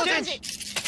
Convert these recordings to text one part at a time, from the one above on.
gente!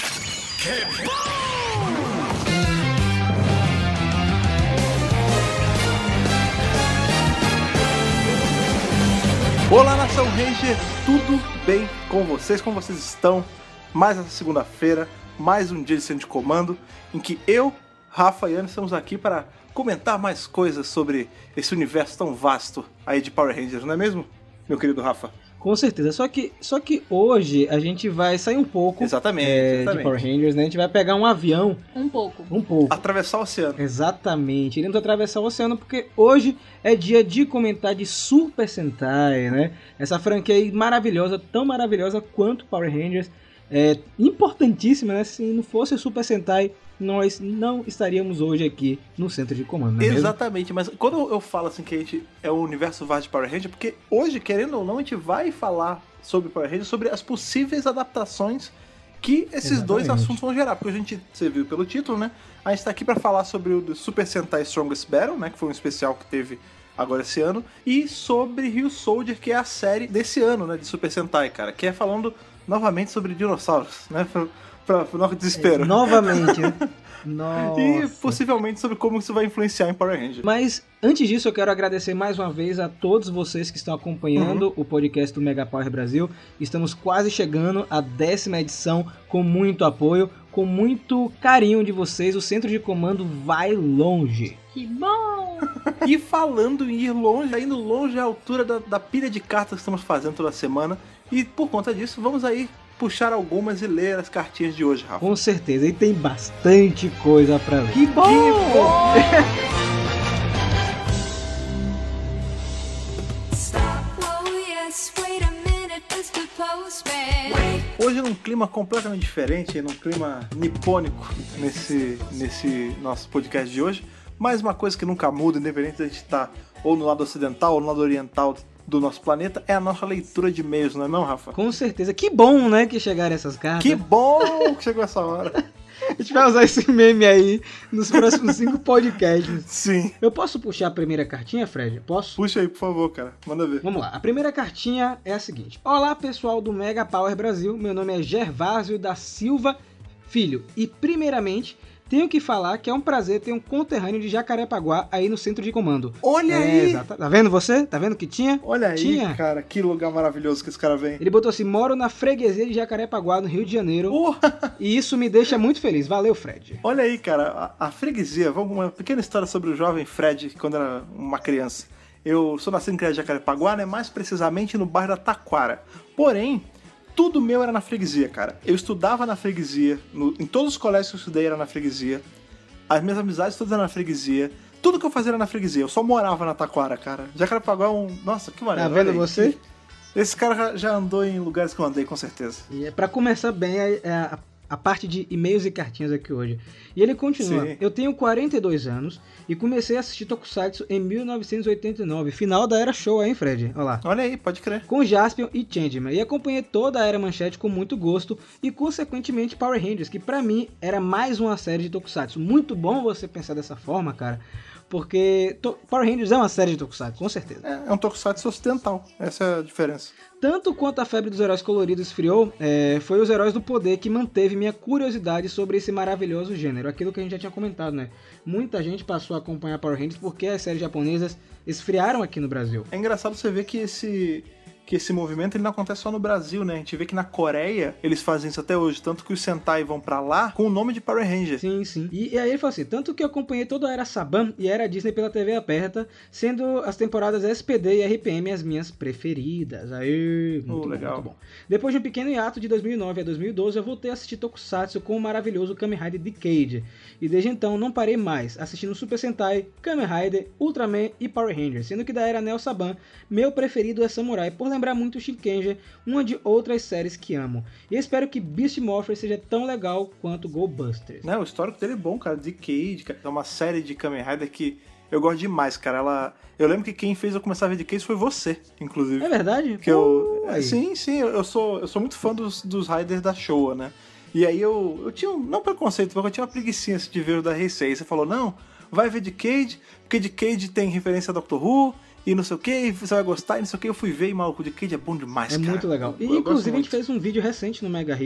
Olá, Nação Ranger, tudo bem com vocês? Como vocês estão? Mais essa segunda-feira, mais um dia de centro de comando, em que eu, Rafa e Ana estamos aqui para comentar mais coisas sobre esse universo tão vasto aí de Power Rangers, não é mesmo, meu querido Rafa? Com certeza, só que hoje a gente vai sair um pouco Exatamente. de Power Rangers, né? A gente vai pegar um avião. Um pouco. Atravessar o oceano. Exatamente, iremos atravessar o oceano porque hoje é dia de comentar de Super Sentai, né? Essa franquia aí maravilhosa, tão maravilhosa quanto Power Rangers. É importantíssima, né? Se não fosse Super Sentai, nós não estaríamos hoje aqui no centro de comando, não é Exatamente, mesmo? Mas quando eu falo assim que a gente é o universo vasto de Power Rangers, porque hoje, querendo ou não, a gente vai falar sobre Power Rangers, sobre as possíveis adaptações que esses dois assuntos vão gerar, porque a gente, você viu pelo título, né? A gente tá aqui pra falar sobre o Super Sentai Strongest Battle, né? Que foi um especial que teve agora esse ano, e sobre Ryu Soldier, que é a série desse ano, né? De Super Sentai, cara, que é falando novamente sobre dinossauros, né? Pra nosso desespero. Novamente, né? Nossa. E possivelmente sobre como isso vai influenciar em Power Rangers. Mas antes disso eu quero agradecer mais uma vez a todos vocês que estão acompanhando o podcast do Mega Power Brasil. Estamos quase chegando à 10ª edição com muito apoio, com muito carinho de vocês. O centro de comando vai longe. Que bom! E falando em ir longe, indo longe à altura da pilha de cartas que estamos fazendo toda semana. E por conta disso, vamos aí puxar algumas e ler as cartinhas de hoje, Rafa. Com certeza, e tem bastante coisa pra ler. Que bom! Hoje num clima completamente diferente, num clima nipônico nesse nosso podcast de hoje. Mais uma coisa que nunca muda, independente de a gente estar ou no lado ocidental ou no lado oriental do nosso planeta, é a nossa leitura de e-mails, não é não, Rafa? Com certeza. Que bom, né, que chegaram essas cartas. Que bom que chegou essa hora. A gente vai usar esse meme aí nos próximos 5 podcasts. Sim. Eu posso puxar a primeira cartinha, Fred? Posso? Puxa aí, por favor, cara. Manda ver. Vamos lá. A primeira cartinha é a seguinte. Olá, pessoal do Mega Power Brasil. Meu nome é Gervásio da Silva Filho. E, primeiramente, tenho que falar que é um prazer ter um conterrâneo de Jacarepaguá aí no centro de comando. Olha aí! Exato. Tá vendo você? Tá vendo que tinha? Olha tinha. aí, cara. Que lugar maravilhoso que esse cara vem. Ele botou assim, moro na freguesia de Jacarepaguá, no Rio de Janeiro. E isso me deixa muito feliz. Valeu, Fred. Olha aí, cara. A freguesia. Vamos uma pequena história sobre o jovem Fred, quando era uma criança. Eu sou nascido em criado de Jacarepaguá, né? Mais precisamente no bairro da Taquara. Porém, tudo meu era na freguesia, cara. Eu estudava na freguesia, em todos os colégios que eu estudei era na freguesia. As minhas amizades todas eram na freguesia. Tudo que eu fazia era na freguesia. Eu só morava na Taquara, cara. Jacarepaguá é um... Nossa, que maneiro. Tá vendo você? Esse cara já andou em lugares que eu andei, com certeza. E pra começar bem, a parte de e-mails e cartinhas aqui hoje. E ele continua. Sim. Eu tenho 42 anos e comecei a assistir Tokusatsu em 1989. Final da Era Showa, hein, Fred? Olha lá. Olha aí, pode crer. Com Jaspion e Changeman. E acompanhei toda a Era Manchete com muito gosto e, consequentemente, Power Rangers, que pra mim era mais uma série de Tokusatsu. Muito bom você pensar dessa forma, cara. Porque Power Rangers é uma série de Tokusatsu, com certeza. É um Tokusatsu ocidental. Essa é a diferença. Tanto quanto a febre dos heróis coloridos esfriou, foi os Heróis do Poder que manteve minha curiosidade sobre esse maravilhoso gênero. Aquilo que a gente já tinha comentado, né? Muita gente passou a acompanhar Power Rangers porque as séries japonesas esfriaram aqui no Brasil. É engraçado você ver que esse movimento ele não acontece só no Brasil, né? A gente vê que na Coreia eles fazem isso até hoje, tanto que os Sentai vão pra lá com o nome de Power Ranger. Sim, sim. E aí ele falou assim, tanto que eu acompanhei toda a Era Saban e a Era Disney pela TV aberta, sendo as temporadas SPD e RPM as minhas preferidas. Aí, muito legal. Muito bom. Depois de um pequeno hiato de 2009 a 2012, eu voltei a assistir Tokusatsu com o maravilhoso Kamen Rider Decade. E desde então não parei mais, assistindo Super Sentai, Kamen Rider, Ultraman e Power Rangers, sendo que da Era Neo Saban, meu preferido é Samurai, por lembrar muito Shinkenger, uma de outras séries que amo. E espero que Beast Morpher seja tão legal quanto Go Busters. Não, o histórico dele é bom, cara. Decade, cara. É uma série de Kamen Rider que eu gosto demais, cara. Eu lembro que quem fez eu começar a ver Decade foi você, inclusive. É verdade? Que sim, eu sou muito fã dos Riders da Showa, né? E aí eu tinha não preconceito, mas eu tinha uma preguicinha de ver o da Heisei. Você falou, não, vai ver Decade, porque Decade tem referência a Doctor Who, e não sei o que, você vai gostar, e não sei o que. Eu fui ver e, maluco, Decade é bom demais, cara. É muito legal. E eu inclusive a gente fez um vídeo recente no Mega Hero,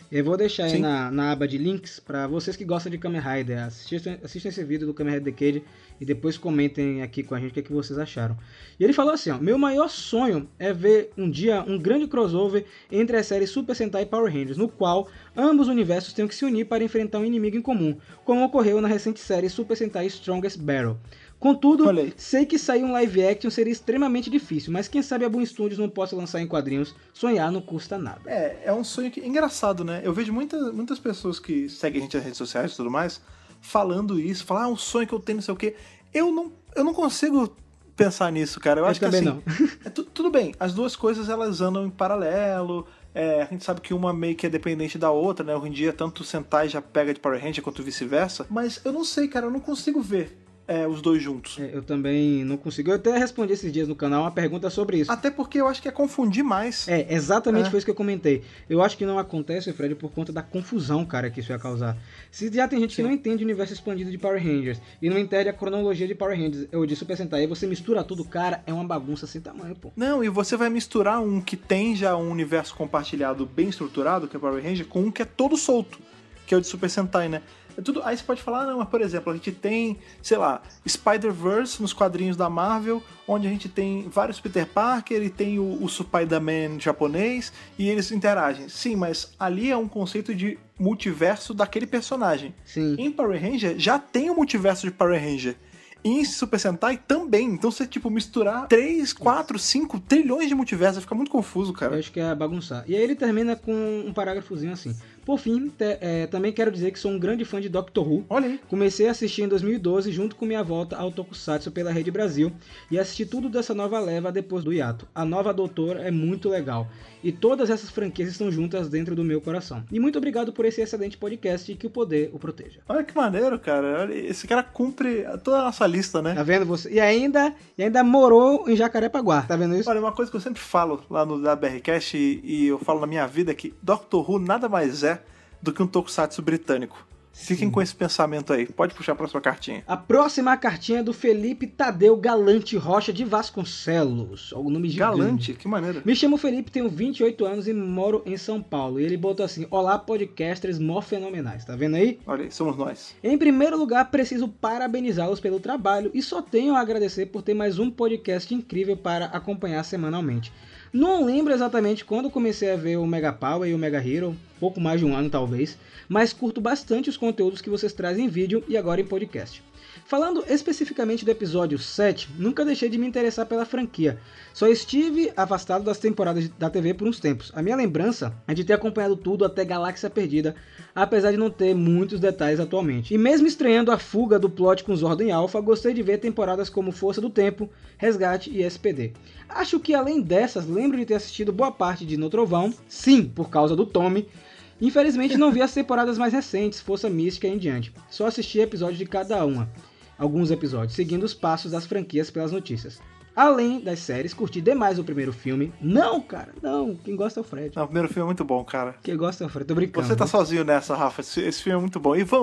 Eu vou deixar aí na aba de links para vocês que gostam de Kamen Rider. Assistam esse vídeo do Kamen Rider Decade e depois comentem aqui com a gente o que vocês acharam. E ele falou assim, ó, meu maior sonho é ver um dia um grande crossover entre as séries Super Sentai e Power Rangers, no qual ambos universos tenham que se unir para enfrentar um inimigo em comum, como ocorreu na recente série Super Sentai Strongest Battle. Contudo, sei que sair um live action seria extremamente difícil, mas quem sabe a Boom Studios não possa lançar em quadrinhos, sonhar não custa nada. É um sonho que... engraçado, né? Eu vejo muitas pessoas que seguem a gente nas redes sociais e tudo mais, falando isso, falar, um sonho que eu tenho, não sei o quê. Eu não consigo pensar nisso, cara. Eu acho também que assim... tudo bem, as duas coisas elas andam em paralelo, a gente sabe que uma meio que é dependente da outra, né? Hoje em dia, tanto o Sentai já pega de Power Ranger quanto vice-versa, mas eu não sei, cara, eu não consigo ver os dois juntos. Eu também não consigo. Eu até respondi esses dias no canal uma pergunta sobre isso. Até porque eu acho que é confundir mais. Exatamente foi isso que eu comentei. Eu acho que não acontece, Fred, por conta da confusão, cara, que isso ia causar. Se já tem gente que não entende o universo expandido de Power Rangers e não entende a cronologia de Power Rangers ou de Super Sentai, aí você mistura tudo, cara, é uma bagunça sem tamanho, pô. Não, e você vai misturar um que tem já um universo compartilhado bem estruturado, que é Power Ranger, com um que é todo solto, que é o de Super Sentai, né? Aí você pode falar, não, mas por exemplo, a gente tem, sei lá, Spider-Verse nos quadrinhos da Marvel, onde a gente tem vários Peter Parker e tem o Spider-Man japonês e eles interagem. Sim, mas ali é um conceito de multiverso daquele personagem. Sim. Em Power Ranger já tem o multiverso de Power Ranger. E em Super Sentai também. Então você, misturar 3, 4, 5 trilhões de multiversos, fica muito confuso, cara. Eu acho que é bagunçar. E aí ele termina com um parágrafozinho assim. Por fim, também quero dizer que sou um grande fã de Doctor Who. Olha aí. Comecei a assistir em 2012 junto com minha volta ao Tokusatsu pela Rede Brasil e assisti tudo dessa nova leva depois do hiato. A nova Doutora é muito legal e todas essas franquias estão juntas dentro do meu coração. E muito obrigado por esse excelente podcast e que o poder o proteja. Olha que maneiro, cara. Olha, esse cara cumpre toda a nossa lista, né? Tá vendo você? E ainda morou em Jacarepaguá. Tá vendo isso? Olha, uma coisa que eu sempre falo lá no BRCast e eu falo na minha vida é que Doctor Who nada mais é do que um tokusatsu britânico. Fiquem com esse pensamento aí. Pode puxar para sua cartinha. A próxima cartinha é do Felipe Tadeu Galante Rocha de Vasconcelos. Algum nome gigante. Galante? Que maneira. Me chamo Felipe, tenho 28 anos e moro em São Paulo. E ele botou assim, olá podcasters mó fenomenais. Tá vendo aí? Olha aí, somos nós. Em primeiro lugar, preciso parabenizá-los pelo trabalho e só tenho a agradecer por ter mais um podcast incrível para acompanhar semanalmente. Não lembro exatamente quando comecei a ver o Mega Power e o Mega Hero, pouco mais de um ano talvez, mas curto bastante os conteúdos que vocês trazem em vídeo e agora em podcast. Falando especificamente do episódio 7, nunca deixei de me interessar pela franquia. Só estive afastado das temporadas da TV por uns tempos. A minha lembrança é de ter acompanhado tudo até Galáxia Perdida, apesar de não ter muitos detalhes atualmente. E mesmo estranhando a fuga do plot com Zordon e Alpha, gostei de ver temporadas como Força do Tempo, Resgate e SPD. Acho que além dessas, lembro de ter assistido boa parte de No Trovão, sim, por causa do Tommy. Infelizmente não vi as temporadas mais recentes, Força Mística e em diante. Só assisti episódios de cada uma. Alguns episódios, seguindo os passos das franquias pelas notícias. Além das séries, curti demais o primeiro filme. Não, cara, não. Quem gosta é o Fred. Não, o primeiro filme é muito bom, cara. Quem gosta é o Fred, tô brincando. Você tá sozinho nessa, Rafa. Esse filme é muito bom. Ivan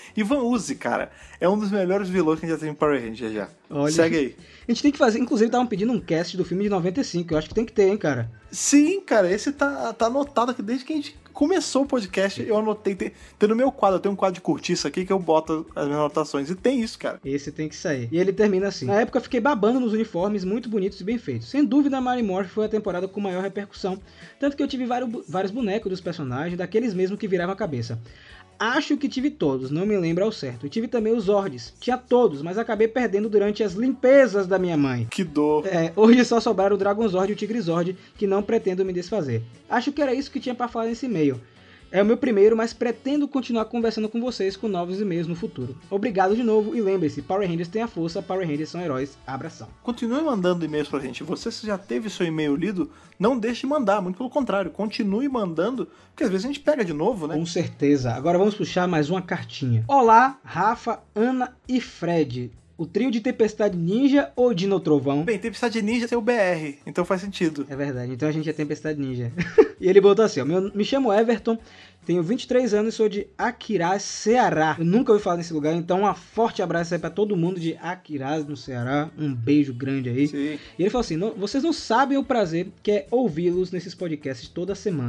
Uzi, cara, é um dos melhores vilões que a gente já teve em Power Ranger já. Olha, segue aí. A gente tem que fazer, inclusive estavam pedindo um cast do filme de 95, eu acho que tem que ter, hein, cara. Sim, cara, esse tá anotado aqui desde que a gente começou o podcast, eu anotei, tem no meu quadro, eu tenho um quadro de cortiça aqui que eu boto as minhas anotações, e tem isso, cara. Esse tem que sair. E ele termina assim. Na época fiquei babando nos uniformes muito bonitos e bem feitos. Sem dúvida, a Mary Morph foi a temporada com maior repercussão, tanto que eu tive vários bonecos dos personagens, daqueles mesmo que viravam a cabeça. Acho que tive todos, não me lembro ao certo. E tive também os Zords. Tinha todos, mas acabei perdendo durante as limpezas da minha mãe. Que dor. Hoje só sobraram o Dragon Zord e o Tigre Zord, que não pretendo me desfazer. Acho que era isso que tinha pra falar nesse e-mail. É o meu primeiro, mas pretendo continuar conversando com vocês com novos e-mails no futuro. Obrigado de novo e lembre-se, Power Rangers tem a força, Power Rangers são heróis. Abração. Continue mandando e-mails pra gente. Você, se já teve seu e-mail lido, não deixe de mandar. Muito pelo contrário, continue mandando, porque às vezes a gente pega de novo, né? Com certeza. Agora vamos puxar mais uma cartinha. Olá, Rafa, Ana e Fred. O trio de Tempestade Ninja ou Dino Trovão? Bem, Tempestade Ninja tem o BR, então faz sentido. É verdade, então a gente é Tempestade Ninja. E ele botou assim, ó, me chamo Everton, tenho 23 anos e sou de Aquiraz, Ceará. Eu nunca ouvi falar nesse lugar, então um forte abraço aí pra todo mundo de Aquiraz, no Ceará. Um beijo grande aí. Sim. E ele falou assim, vocês não sabem o prazer que é ouvi-los nesses podcasts toda semana.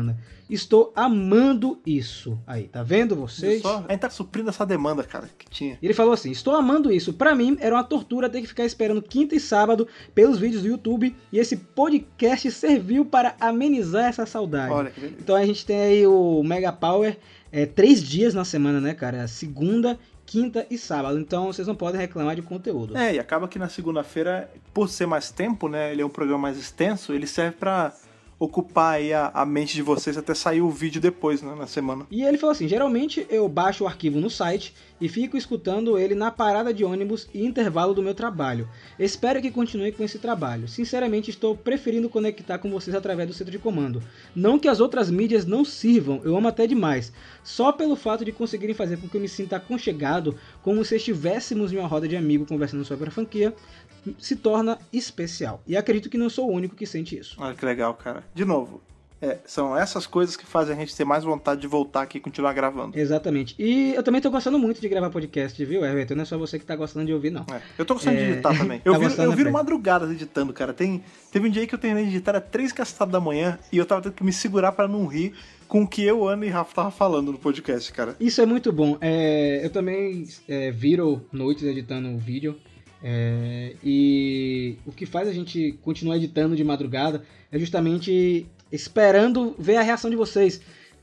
Estou amando isso. Aí, tá vendo vocês? A gente tá suprindo essa demanda, cara, que tinha. Ele falou assim, estou amando isso. Pra mim, era uma tortura ter que ficar esperando quinta e sábado pelos vídeos do YouTube. E esse podcast serviu para amenizar essa saudade. Olha que beleza. Então a gente tem aí o Mega Power 3 dias na semana, né, cara? Segunda, quinta e sábado. Então vocês não podem reclamar de conteúdo. E acaba que na segunda-feira, por ser mais tempo, né, ele é um programa mais extenso, ele serve pra ocupar aí a mente de vocês até sair o vídeo depois, né, na semana. E ele falou assim, geralmente eu baixo o arquivo no site e fico escutando ele na parada de ônibus e intervalo do meu trabalho. Espero que continue com esse trabalho. Sinceramente, estou preferindo conectar com vocês através do centro de comando. Não que as outras mídias não sirvam, eu amo até demais. Só pelo fato de conseguirem fazer com que eu me sinta aconchegado, como se estivéssemos em uma roda de amigo conversando sobre a franquia, se torna especial. E acredito que não sou o único que sente isso. Olha que legal, cara. De novo, são essas coisas que fazem a gente ter mais vontade de voltar aqui e continuar gravando. Exatamente. E eu também tô gostando muito de gravar podcast, viu, Everton? Não é só você que tá gostando de ouvir, não. Eu tô gostando de editar também. Eu viro madrugadas editando, cara. Teve um dia aí que eu terminei de editar, era 3h da manhã, e eu tava tendo que me segurar pra não rir com o que eu, Ana e Rafa tava falando no podcast, cara. Isso é muito bom. Eu também viro noites editando o vídeo. E o que faz a gente continuar editando de madrugada é justamente esperando ver a reação de vocês.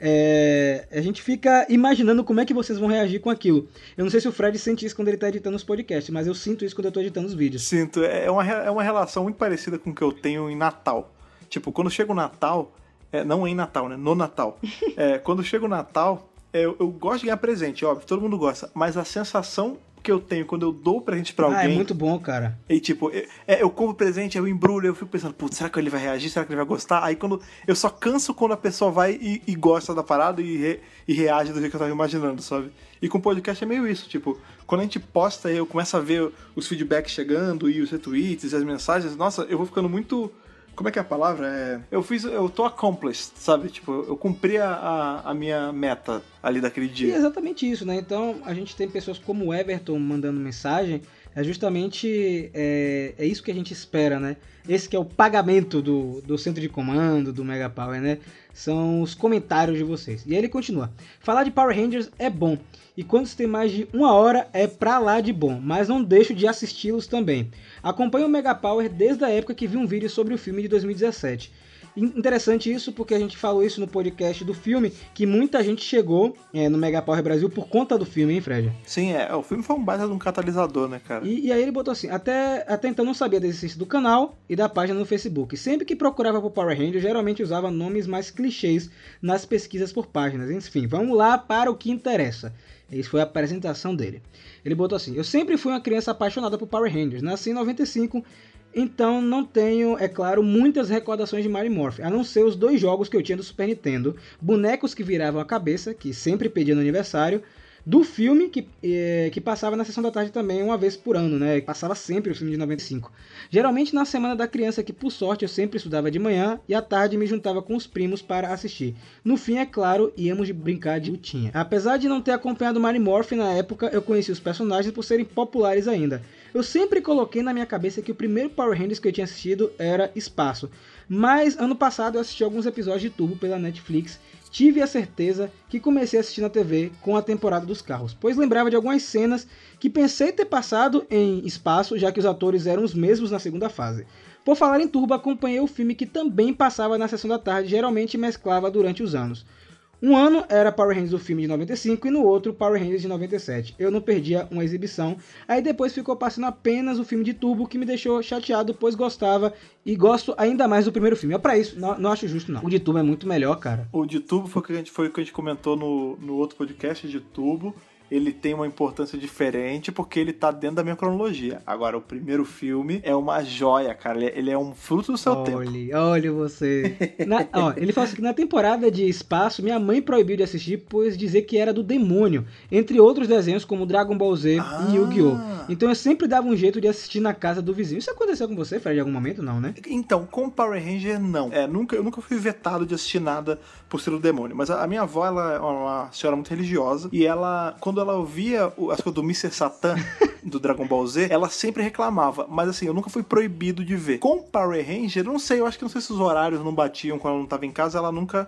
A gente fica imaginando como é que vocês vão reagir com aquilo. Eu não sei se o Fred sente isso quando ele tá editando os podcasts, mas eu sinto isso quando eu tô editando os vídeos. Sinto. É uma relação muito parecida com o que eu tenho em Natal. Tipo, quando chega o Natal, não em Natal, né? No Natal. Quando chega o Natal, eu gosto de ganhar presente, óbvio, todo mundo gosta, mas a sensação que eu tenho quando eu dou presente pra alguém... é muito bom, cara. E tipo, eu compro presente, eu embrulho, eu fico pensando, putz, será que ele vai reagir? Será que ele vai gostar? Aí quando eu só canso quando a pessoa vai e gosta da parada e reage do jeito que eu tava imaginando, sabe? E com o podcast é meio isso, tipo, quando a gente posta, eu começo a ver os feedbacks chegando e os retweets e as mensagens, nossa, eu vou ficando muito... Como é que é a palavra? Eu tô accomplished, sabe? Tipo, eu cumpri a minha meta ali daquele dia. E é exatamente isso, né? Então, a gente tem pessoas como o Everton mandando mensagem, justamente isso que a gente espera, né? Esse que é o pagamento do centro de comando, do Mega Power, né? São os comentários de vocês. E aí ele continua. Falar de Power Rangers é bom. E quando se tem mais de 1 hora é pra lá de bom. Mas não deixo de assisti-los também. Acompanho o Mega Power desde a época que vi um vídeo sobre o filme de 2017. Interessante isso, porque a gente falou isso no podcast do filme, que muita gente chegou no Mega Power Brasil por conta do filme, hein, Fred? Sim, o filme foi um baita de um catalisador, né, cara? E aí ele botou assim, até então não sabia da existência do canal e da página no Facebook. Sempre que procurava por Power Rangers, geralmente usava nomes mais clichês nas pesquisas por páginas. Enfim, vamos lá para o que interessa. Essa foi a apresentação dele. Ele botou assim, eu sempre fui uma criança apaixonada por Power Rangers, nasci em 95... Então não tenho, é claro, muitas recordações de Mighty Morphin, a não ser os 2 jogos que eu tinha do Super Nintendo, bonecos que viravam a cabeça, que sempre pedia no aniversário, do filme que passava na sessão da tarde também uma vez por ano, né? Passava sempre o filme de 95. Geralmente na semana da criança, que por sorte eu sempre estudava de manhã e à tarde me juntava com os primos para assistir. No fim, é claro, íamos brincar de lutinha. Apesar de não ter acompanhado Mighty Morphin na época, eu conheci os personagens por serem populares ainda. Eu sempre coloquei na minha cabeça que o primeiro Power Rangers que eu tinha assistido era Espaço. Mas ano passado eu assisti alguns episódios de Turbo pela Netflix. Tive a certeza que comecei a assistir na TV com a temporada dos carros, pois lembrava de algumas cenas que pensei ter passado em Espaço, já que os atores eram os mesmos na segunda fase. Por falar em Turbo, acompanhei o filme que também passava na sessão da tarde, geralmente mesclava durante os anos. Um ano era Power Rangers do filme de 95 e no outro Power Rangers de 97. Eu não perdia uma exibição. Aí depois ficou passando apenas o filme de Turbo, que me deixou chateado, pois gostava e gosto ainda mais do primeiro filme. É pra isso, não acho justo não. O de Turbo é muito melhor, cara. O de Turbo foi o que a gente comentou no outro podcast de Turbo. Ele tem uma importância diferente porque ele tá dentro da minha cronologia. Agora, o primeiro filme é uma joia, cara. Ele é um fruto do seu tempo. Olha você. Ele fala assim que na temporada de Espaço, minha mãe proibiu de assistir, pois dizer que era do demônio. Entre outros desenhos como Dragon Ball Z e Yu-Gi-Oh! Então eu sempre dava um jeito de assistir na casa do vizinho. Isso aconteceu com você, Fred, em algum momento? Não, né? Então, com Power Ranger, não. Eu nunca fui vetado de assistir nada por ser do demônio. Mas a minha avó, ela é uma senhora muito religiosa. E ela, quando ela ouvia as coisas do Mr. Satan, do Dragon Ball Z, ela sempre reclamava. Mas assim, eu nunca fui proibido de ver. Com Power Ranger, eu não sei se os horários não batiam quando ela não estava em casa, ela nunca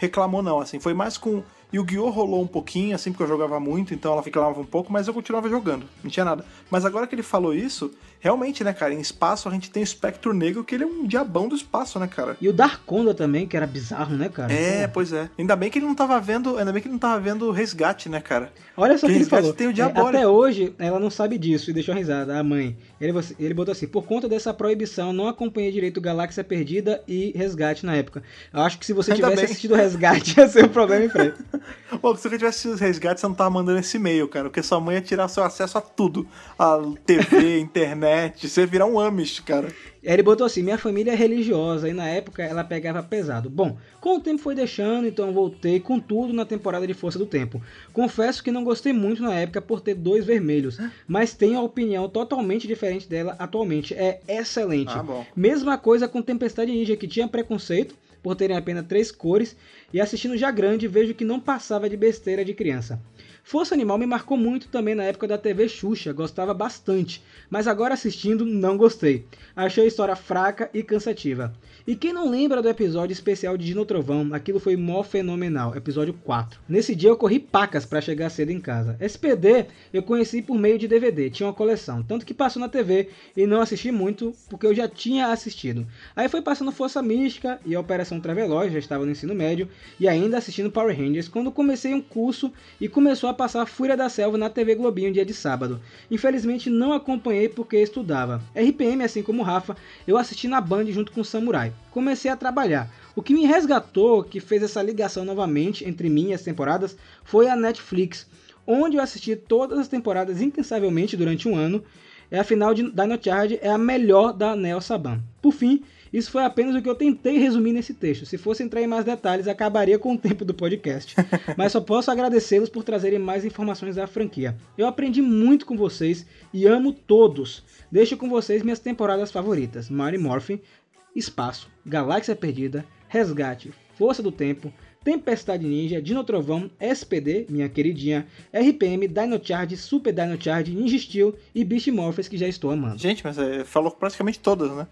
reclamou não, assim, foi mais com... Yu-Gi-Oh! Rolou um pouquinho, assim, porque eu jogava muito, então ela reclamava um pouco, mas eu continuava jogando, não tinha nada. Mas agora que ele falou isso, realmente, né, cara, em espaço a gente tem o Espectro Negro, que ele é um diabão do espaço, né, cara? E o Darkonda também, que era bizarro, né, cara? Pois é. Ainda bem que ele não tava vendo o Resgate, né, cara? Olha só o que ele falou. Tem o Diabólico. Até hoje, ela não sabe disso e deixou a risada, a mãe. Ele botou assim, por conta dessa proibição, não acompanhei direito Galáxia Perdida e Resgate na época. Eu acho que se você tivesse assistido Resgate, ia ser um problema em frente. Pô, se você tivesse assistido os Resgates, você não tava mandando esse e-mail, cara, porque sua mãe ia tirar seu acesso a tudo. A TV, internet, você ia virar um Amish, cara. Aí ele botou assim, minha família é religiosa e na época ela pegava pesado. Bom, com o tempo foi deixando, então eu voltei com tudo na temporada de Força do Tempo. Confesso que não gostei muito na época por ter 2 vermelhos, mas tenho a opinião totalmente diferente dela atualmente. É excelente. Bom. Mesma coisa com Tempestade Ninja, que tinha preconceito por terem apenas 3 cores, e assistindo já grande vejo que não passava de besteira de criança. Força Animal me marcou muito também na época da TV Xuxa, gostava bastante, mas agora assistindo não gostei. Achei a história fraca e cansativa. E quem não lembra do episódio especial de Dino Trovão, aquilo foi mó fenomenal, episódio 4. Nesse dia eu corri pacas para chegar cedo em casa. SPD eu conheci por meio de DVD, tinha uma coleção, tanto que passou na TV e não assisti muito porque eu já tinha assistido. Aí foi passando Força Mística e a Operação Traveloz, já estava no ensino médio, e ainda assistindo Power Rangers quando comecei um curso e começou a passar Fúria da Selva na TV Globinho dia de sábado. Infelizmente não acompanhei porque estudava. RPM, assim como o Rafa, eu assisti na Band junto com o Samurai. Comecei a trabalhar. O que me resgatou, que fez essa ligação novamente entre mim e as temporadas, foi a Netflix, onde eu assisti todas as temporadas incansavelmente durante um ano. A final de Dino Charge é a melhor da Neo Saban. Por fim, isso foi apenas o que eu tentei resumir nesse texto. Se fosse entrar em mais detalhes, acabaria com o tempo do podcast. Mas só posso agradecê-los por trazerem mais informações da franquia. Eu aprendi muito com vocês e amo todos. Deixo com vocês minhas temporadas favoritas. Mighty Morphin, Espaço, Galáxia Perdida, Resgate, Força do Tempo, Tempestade Ninja, Dino Trovão, SPD, minha queridinha, RPM, Dino Charge, Super Dino Charge, Ninja Steel e Beast Morphers, que já estou amando. Gente, mas falou praticamente todas, né?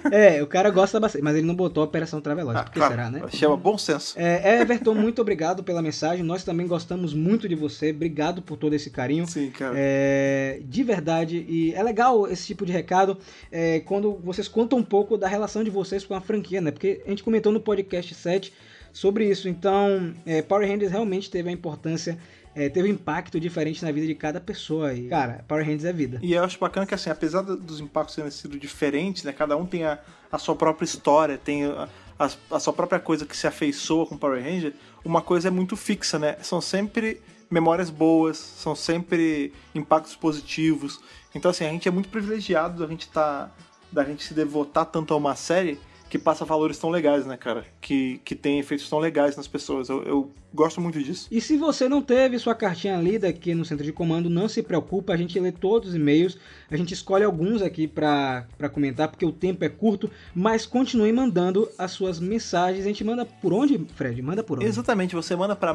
O cara gosta bastante, mas ele não botou a Operação Traveloz, porque claro, será, né? Chama bom senso. Everton, muito obrigado pela mensagem, nós também gostamos muito de você, obrigado por todo esse carinho. Sim, cara. De verdade, e é legal esse tipo de recado, quando vocês contam um pouco da relação de vocês com a franquia, né? Porque a gente comentou no podcast 7 sobre isso, então Power Rangers realmente teve a importância, teve um impacto diferente na vida de cada pessoa, e cara, Power Rangers é vida. E eu acho bacana que assim, apesar dos impactos terem sido diferentes, né, cada um tem a sua própria história, tem a sua própria coisa que se afeiçoa com Power Ranger, uma coisa é muito fixa, né, são sempre memórias boas, são sempre impactos positivos, então assim, a gente é muito privilegiado da gente se devotar tanto a uma série que passa valores tão legais, né, cara? Que tem efeitos tão legais nas pessoas. Eu gosto muito disso. E se você não teve sua cartinha lida aqui no centro de comando, não se preocupa, a gente lê todos os e-mails, a gente escolhe alguns aqui pra comentar, porque o tempo é curto, mas continue mandando as suas mensagens. A gente manda por onde, Fred? Manda por onde? Exatamente, você manda pra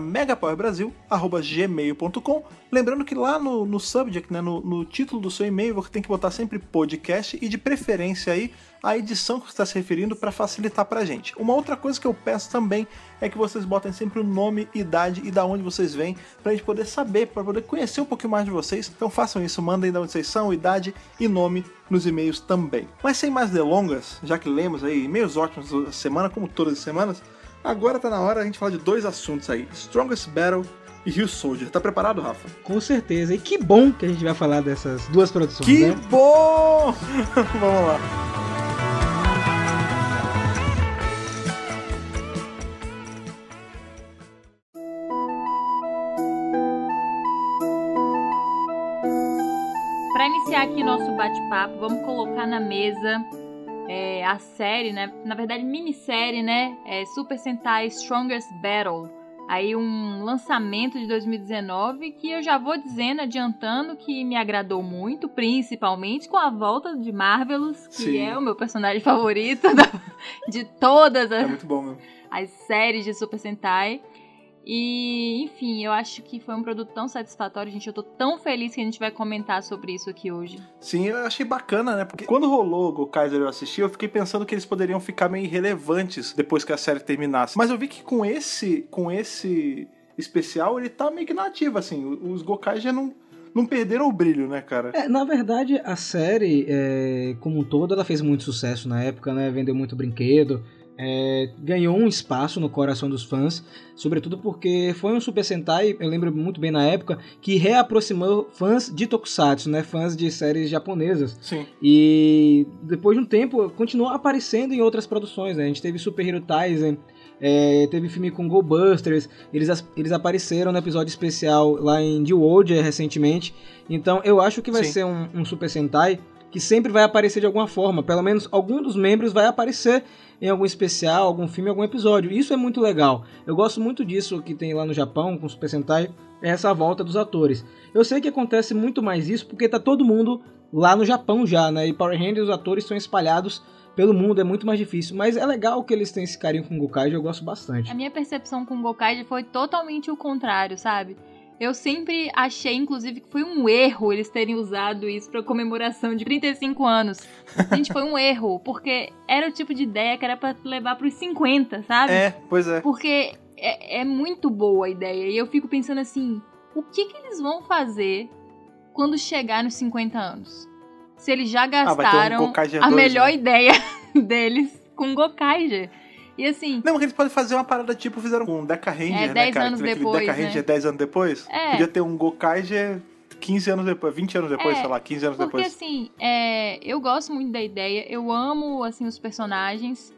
megapowerbrasil@gmail.com. Lembrando que lá no subject, né, no título do seu e-mail, você tem que botar sempre podcast e de preferência aí a edição que você está se referindo para facilitar pra gente. Uma outra coisa que eu peço também é que vocês botem sempre o nome, idade e da onde vocês vêm, pra gente poder saber, pra poder conhecer um pouquinho mais de vocês. Então façam isso, mandem de onde vocês são, idade e nome nos e-mails também. Mas sem mais delongas, já que lemos aí e-mails ótimos da semana, como todas as semanas, agora tá na hora a gente falar de 2 assuntos aí, Strongest Battle e Rio Soldier. Tá preparado, Rafa? Com certeza, e que bom que a gente vai falar dessas 2 produções, que né? Bom! Vamos lá. Para iniciar aqui nosso bate-papo, vamos colocar na mesa a série, né? Na verdade, minissérie, né? Super Sentai Strongest Battle. Aí um lançamento de 2019 que eu já vou dizendo, adiantando, que me agradou muito, principalmente com a volta de Marvelous, que Sim. É o meu personagem favorito de todas muito bom, meu. As séries de Super Sentai. E, enfim, eu acho que foi um produto tão satisfatório, gente. Eu tô tão feliz que a gente vai comentar sobre isso aqui hoje. Sim, eu achei bacana, né? Porque quando rolou o Gokaiger eu assisti, eu fiquei pensando que eles poderiam ficar meio irrelevantes depois que a série terminasse. Mas eu vi que com esse especial, ele tá meio que nativo, assim. Os Gokaiger não perderam o brilho, né, cara? Na verdade, a série, como um todo, ela fez muito sucesso na época, né? Vendeu muito brinquedo. Ganhou um espaço no coração dos fãs, sobretudo porque foi um Super Sentai, eu lembro muito bem na época, que reaproximou fãs de Tokusatsu, né, fãs de séries japonesas. Sim. E depois de um tempo continuou aparecendo em outras produções, né? A gente teve Super Hero Taisen, teve filme com Go Busters, eles apareceram no episódio especial lá em The World recentemente. Então eu acho que vai ser um Super Sentai que sempre vai aparecer de alguma forma, pelo menos algum dos membros vai aparecer em algum especial, algum filme, algum episódio. Isso é muito legal. Eu gosto muito disso que tem lá no Japão com o Super Sentai, é essa volta dos atores. Eu sei que acontece muito mais isso porque tá todo mundo lá no Japão já, né? E Power Rangers, os atores estão espalhados pelo mundo, é muito mais difícil. Mas é legal que eles têm esse carinho com o Gokaiger, eu gosto bastante. A minha percepção com o Gokaiger foi totalmente o contrário, sabe? Eu sempre achei, inclusive, que foi um erro eles terem usado isso pra comemoração de 35 anos. Gente, foi um erro, porque era o tipo de ideia que era pra levar pros 50, sabe? Pois é. Porque é muito boa a ideia. E eu fico pensando assim, o que eles vão fazer quando chegar nos 50 anos? Se eles já gastaram a melhor ideia deles com Gokaiger. E assim... Não, eles podem fazer uma parada tipo fizeram com um Deca Ranger, 10 anos depois, Deca Ranger 10 anos depois. Podia ter um Gokaiger 15 anos depois, 20 anos depois, sei lá, 15 anos depois. Porque assim, eu gosto muito da ideia, eu amo, assim, os personagens.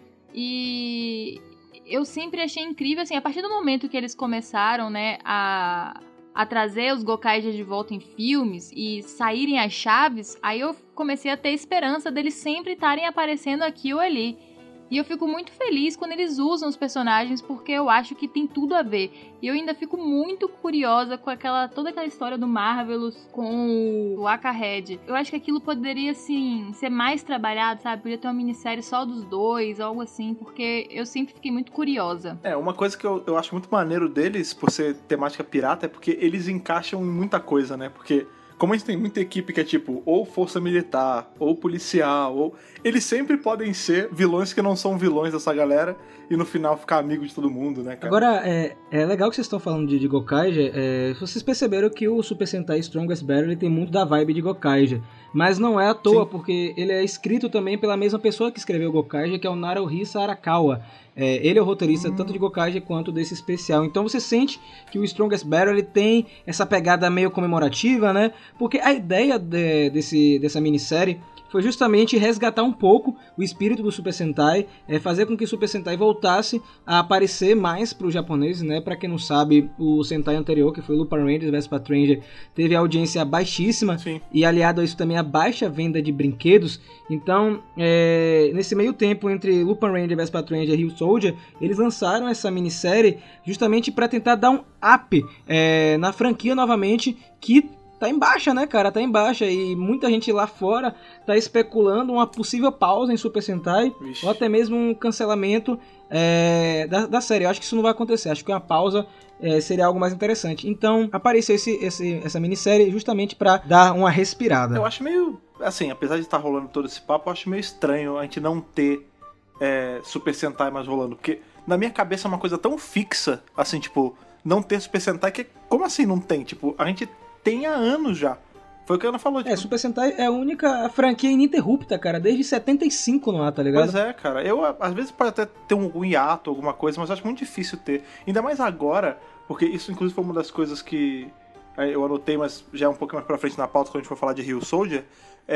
E eu sempre achei incrível, assim, a partir do momento que eles começaram, né, a trazer os Gokaiger de volta em filmes e saírem as chaves, aí eu comecei a ter esperança deles sempre estarem aparecendo aqui ou ali. E eu fico muito feliz quando eles usam os personagens, porque eu acho que tem tudo a ver. E eu ainda fico muito curiosa com toda aquela história do Marvelous com o Aka-Head. Eu acho que aquilo poderia, assim, ser mais trabalhado, sabe? Podia ter uma minissérie só dos dois, algo assim, porque eu sempre fiquei muito curiosa. Uma coisa que eu acho muito maneiro deles, por ser temática pirata, é porque eles encaixam em muita coisa, né? Porque... como a gente tem muita equipe que é tipo, ou força militar, ou policial, ou... eles sempre podem ser vilões que não são vilões dessa galera e no final ficar amigo de todo mundo, né, cara? Agora, é legal que vocês estão falando de Gokaiger. Vocês perceberam que o Super Sentai Strongest Battle ele tem muito da vibe de Gokaiger. Mas não é à toa, porque ele é escrito também pela mesma pessoa que escreveu Gokaiger, que é o Naruhisa Arakawa. Ele é o roteirista tanto de Gokaiger quanto desse especial. Então você sente que o Strongest Battle ele tem essa pegada meio comemorativa, né? Porque a ideia dessa minissérie foi justamente resgatar um pouco o espírito do Super Sentai, fazer com que o Super Sentai voltasse a aparecer mais para os japoneses, né? Para quem não sabe, o Sentai anterior, que foi Lupin Ranger vs Patranger, teve audiência baixíssima. Sim. E aliado a isso também a baixa venda de brinquedos. Então, nesse meio tempo entre Lupin Ranger vs Patranger e Hill Soldier, eles lançaram essa minissérie justamente para tentar dar um up na franquia novamente, que tá em baixa, né, cara? Tá em baixa e muita gente lá fora tá especulando uma possível pausa em Super Sentai. Ou até mesmo um cancelamento da série. Eu acho que isso não vai acontecer. Acho que uma pausa seria algo mais interessante. Então, apareceu essa minissérie justamente pra dar uma respirada. Eu acho meio... assim, apesar de estar rolando todo esse papo, eu acho meio estranho a gente não ter Super Sentai mais rolando. Porque na minha cabeça é uma coisa tão fixa, assim, tipo, não ter Super Sentai que... como assim não tem? Tipo, a gente tem há anos já. Foi o que a Ana falou. Tipo... Super Sentai é a única franquia ininterrupta, cara, desde 75 no ar, tá ligado? Pois é, cara. Eu, às vezes, pode até ter um hiato, alguma coisa, mas eu acho muito difícil ter. Ainda mais agora, porque isso, inclusive, foi uma das coisas que eu anotei, mas já é um pouco mais pra frente na pauta, quando a gente for falar de Hill Soldier.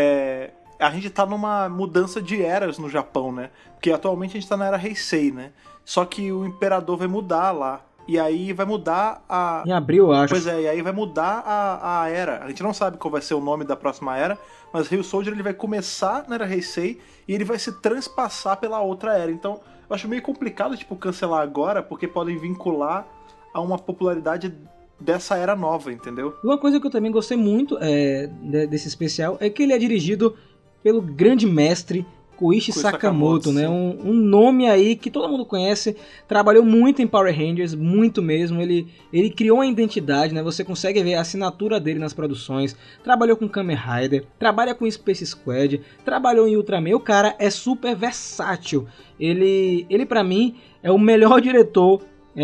A gente tá numa mudança de eras no Japão, né? Porque atualmente a gente tá na era Heisei, né? Só que o imperador vai mudar lá. E aí vai mudar a... em abril, eu acho. Pois é, e aí vai mudar a era. A gente não sabe qual vai ser o nome da próxima era, mas Hill Soldier ele vai começar na era Heisei e ele vai se transpassar pela outra era. Então, eu acho meio complicado, tipo, cancelar agora, porque podem vincular a uma popularidade dessa era nova, entendeu? Uma coisa que eu também gostei muito desse especial é que ele é dirigido pelo grande mestre Koichi Sakamoto, né? Um nome aí que todo mundo conhece, trabalhou muito em Power Rangers, muito mesmo. Ele criou uma identidade, né? Você consegue ver a assinatura dele nas produções. Trabalhou com Kamen Rider, trabalha com Space Squad, trabalhou em Ultraman. O cara é super versátil. Ele pra mim é o melhor diretor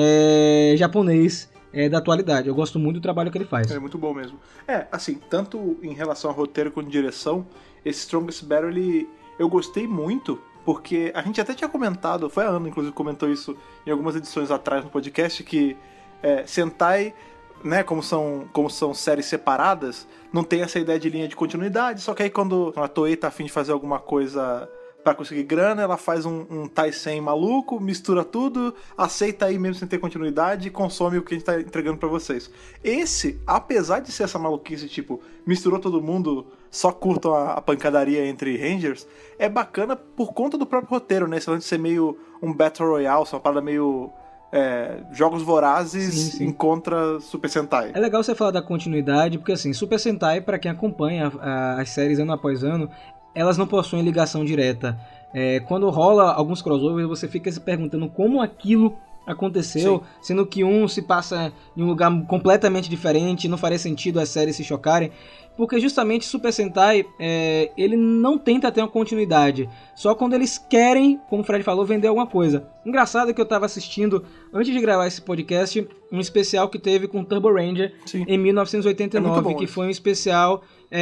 japonês da atualidade. Eu gosto muito do trabalho que ele faz. É muito bom mesmo. Assim, tanto em relação ao roteiro quanto direção, esse Strongest Battle, eu gostei muito, porque a gente até tinha comentado, foi a Ana, inclusive, comentou isso em algumas edições atrás no podcast, que Sentai, né, como são séries separadas, não tem essa ideia de linha de continuidade, só que aí quando a Toei tá a fim de fazer alguma coisa pra conseguir grana, ela faz um Taisen maluco, mistura tudo, aceita aí mesmo sem ter continuidade e consome o que a gente tá entregando pra vocês. Esse, apesar de ser essa maluquice, tipo, misturou todo mundo, só curtam a pancadaria entre Rangers, é bacana por conta do próprio roteiro, né? Esse lance de ser meio um Battle Royale, uma parada meio Jogos Vorazes contra Super Sentai. É legal você falar da continuidade, porque assim, Super Sentai, pra quem acompanha as séries ano após ano, elas não possuem ligação direta. Quando rola alguns crossovers, você fica se perguntando como aquilo aconteceu, sendo que um se passa em um lugar completamente diferente, não faria sentido as séries se chocarem, porque justamente Super Sentai, ele não tenta ter uma continuidade, só quando eles querem, como o Fred falou, vender alguma coisa. Engraçado que eu estava assistindo, antes de gravar esse podcast, um especial que teve com Turbo Ranger em 1989, que foi um especial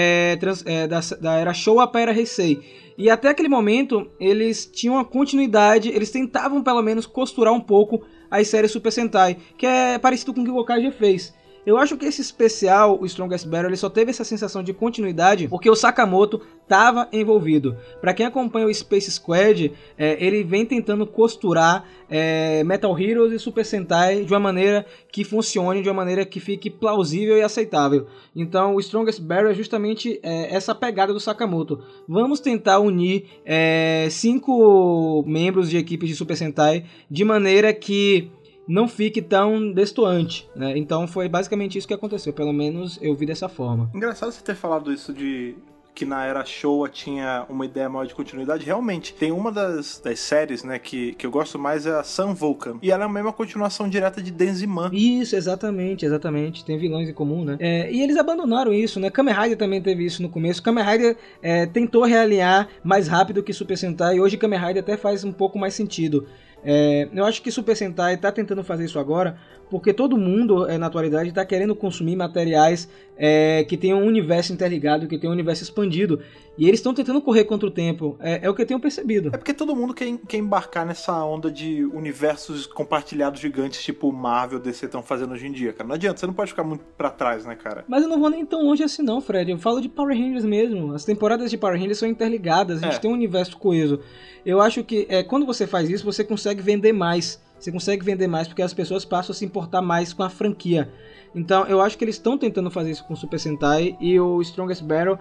da era Showa para era Heisei. E até aquele momento, eles tinham uma continuidade, eles tentavam pelo menos costurar um pouco as séries Super Sentai, que é parecido com o que o Gokage fez. Eu acho que esse especial, o Strongest Battle, ele só teve essa sensação de continuidade porque o Sakamoto estava envolvido. Para quem acompanha o Space Squad, ele vem tentando costurar Metal Heroes e Super Sentai de uma maneira que funcione, de uma maneira que fique plausível e aceitável. Então o Strongest Battle é justamente essa pegada do Sakamoto. Vamos tentar unir 5 membros de equipes de Super Sentai de maneira que não fique tão destoante, né? Então foi basicamente isso que aconteceu, pelo menos eu vi dessa forma. Engraçado você ter falado isso de que na era Showa tinha uma ideia maior de continuidade. Realmente, tem uma das séries, né, que eu gosto mais, é a Sun Vulcan. E ela é a mesma continuação direta de Denziman. Isso, exatamente. Tem vilões em comum, né? E eles abandonaram isso, né? Kamen Rider também teve isso no começo. Kamen Rider tentou realinhar mais rápido que Super Sentai, e hoje Kamen Rider até faz um pouco mais sentido. Eu acho que Super Sentai está tentando fazer isso agora porque todo mundo na atualidade está querendo consumir materiais que tenham um universo interligado, que tenham um universo expandido, e eles estão tentando correr contra o tempo. É o que eu tenho percebido. É porque todo mundo quer embarcar nessa onda de universos compartilhados gigantes, tipo o Marvel, DC estão fazendo hoje em dia, cara. Não adianta, você não pode ficar muito pra trás, né, cara? Mas eu não vou nem tão longe assim não, Fred. Eu falo de Power Rangers mesmo. As temporadas de Power Rangers são interligadas, a gente tem um universo coeso. Eu acho que quando você faz isso, você consegue vender mais. Você consegue vender mais porque as pessoas passam a se importar mais com a franquia. Então eu acho que eles estão tentando fazer isso com o Super Sentai, e o Strongest Battle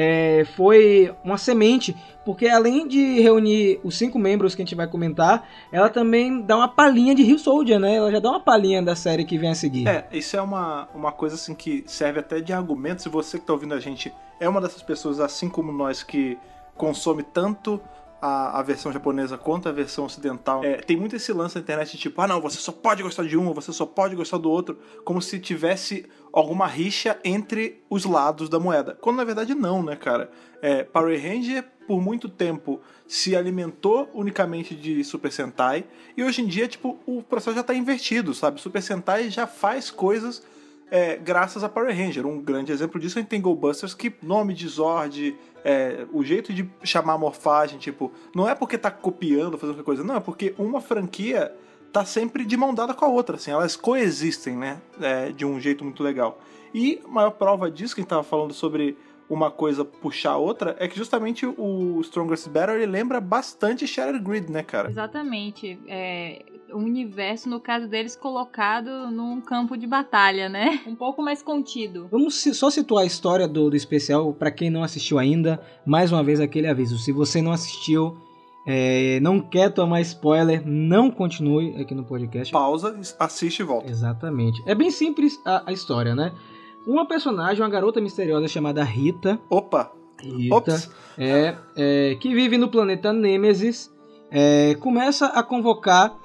foi uma semente, porque além de reunir os 5 membros que a gente vai comentar, ela também dá uma palhinha de Rio Soldier, né? Ela já dá uma palhinha da série que vem a seguir. Isso é uma coisa assim que serve até de argumento. Se você que tá ouvindo a gente é uma dessas pessoas, assim como nós, que consome tanto a versão japonesa quanto a versão ocidental, tem muito esse lance na internet, tipo, não, você só pode gostar de um, você só pode gostar do outro, como se tivesse alguma rixa entre os lados da moeda, quando na verdade não, né, cara? Power Ranger por muito tempo se alimentou unicamente de Super Sentai, e hoje em dia, tipo, o processo já tá invertido, sabe? Super Sentai já faz coisas graças a Power Ranger. Um grande exemplo disso é em Tangle Busters, que nome de Zord, o jeito de chamar a morfagem, tipo, não é porque tá copiando, fazendo qualquer coisa, não, é porque uma franquia tá sempre de mão dada com a outra, assim, elas coexistem, né, de um jeito muito legal. E a maior prova disso, que a gente tava falando sobre uma coisa puxar a outra, é que justamente o Strongest Battle, ele lembra bastante Shattered Grid, né, cara? Exatamente. O universo, no caso deles, colocado num campo de batalha, né? Um pouco mais contido. Vamos só situar a história do especial, pra quem não assistiu ainda. Mais uma vez aquele aviso, se você não assistiu, não quer tomar spoiler, não continue aqui no podcast. Pausa, assiste e volta. Exatamente. É bem simples a história, né? Uma personagem, uma garota misteriosa chamada Rita. Opa! Rita, que vive no planeta Nêmesis, começa a convocar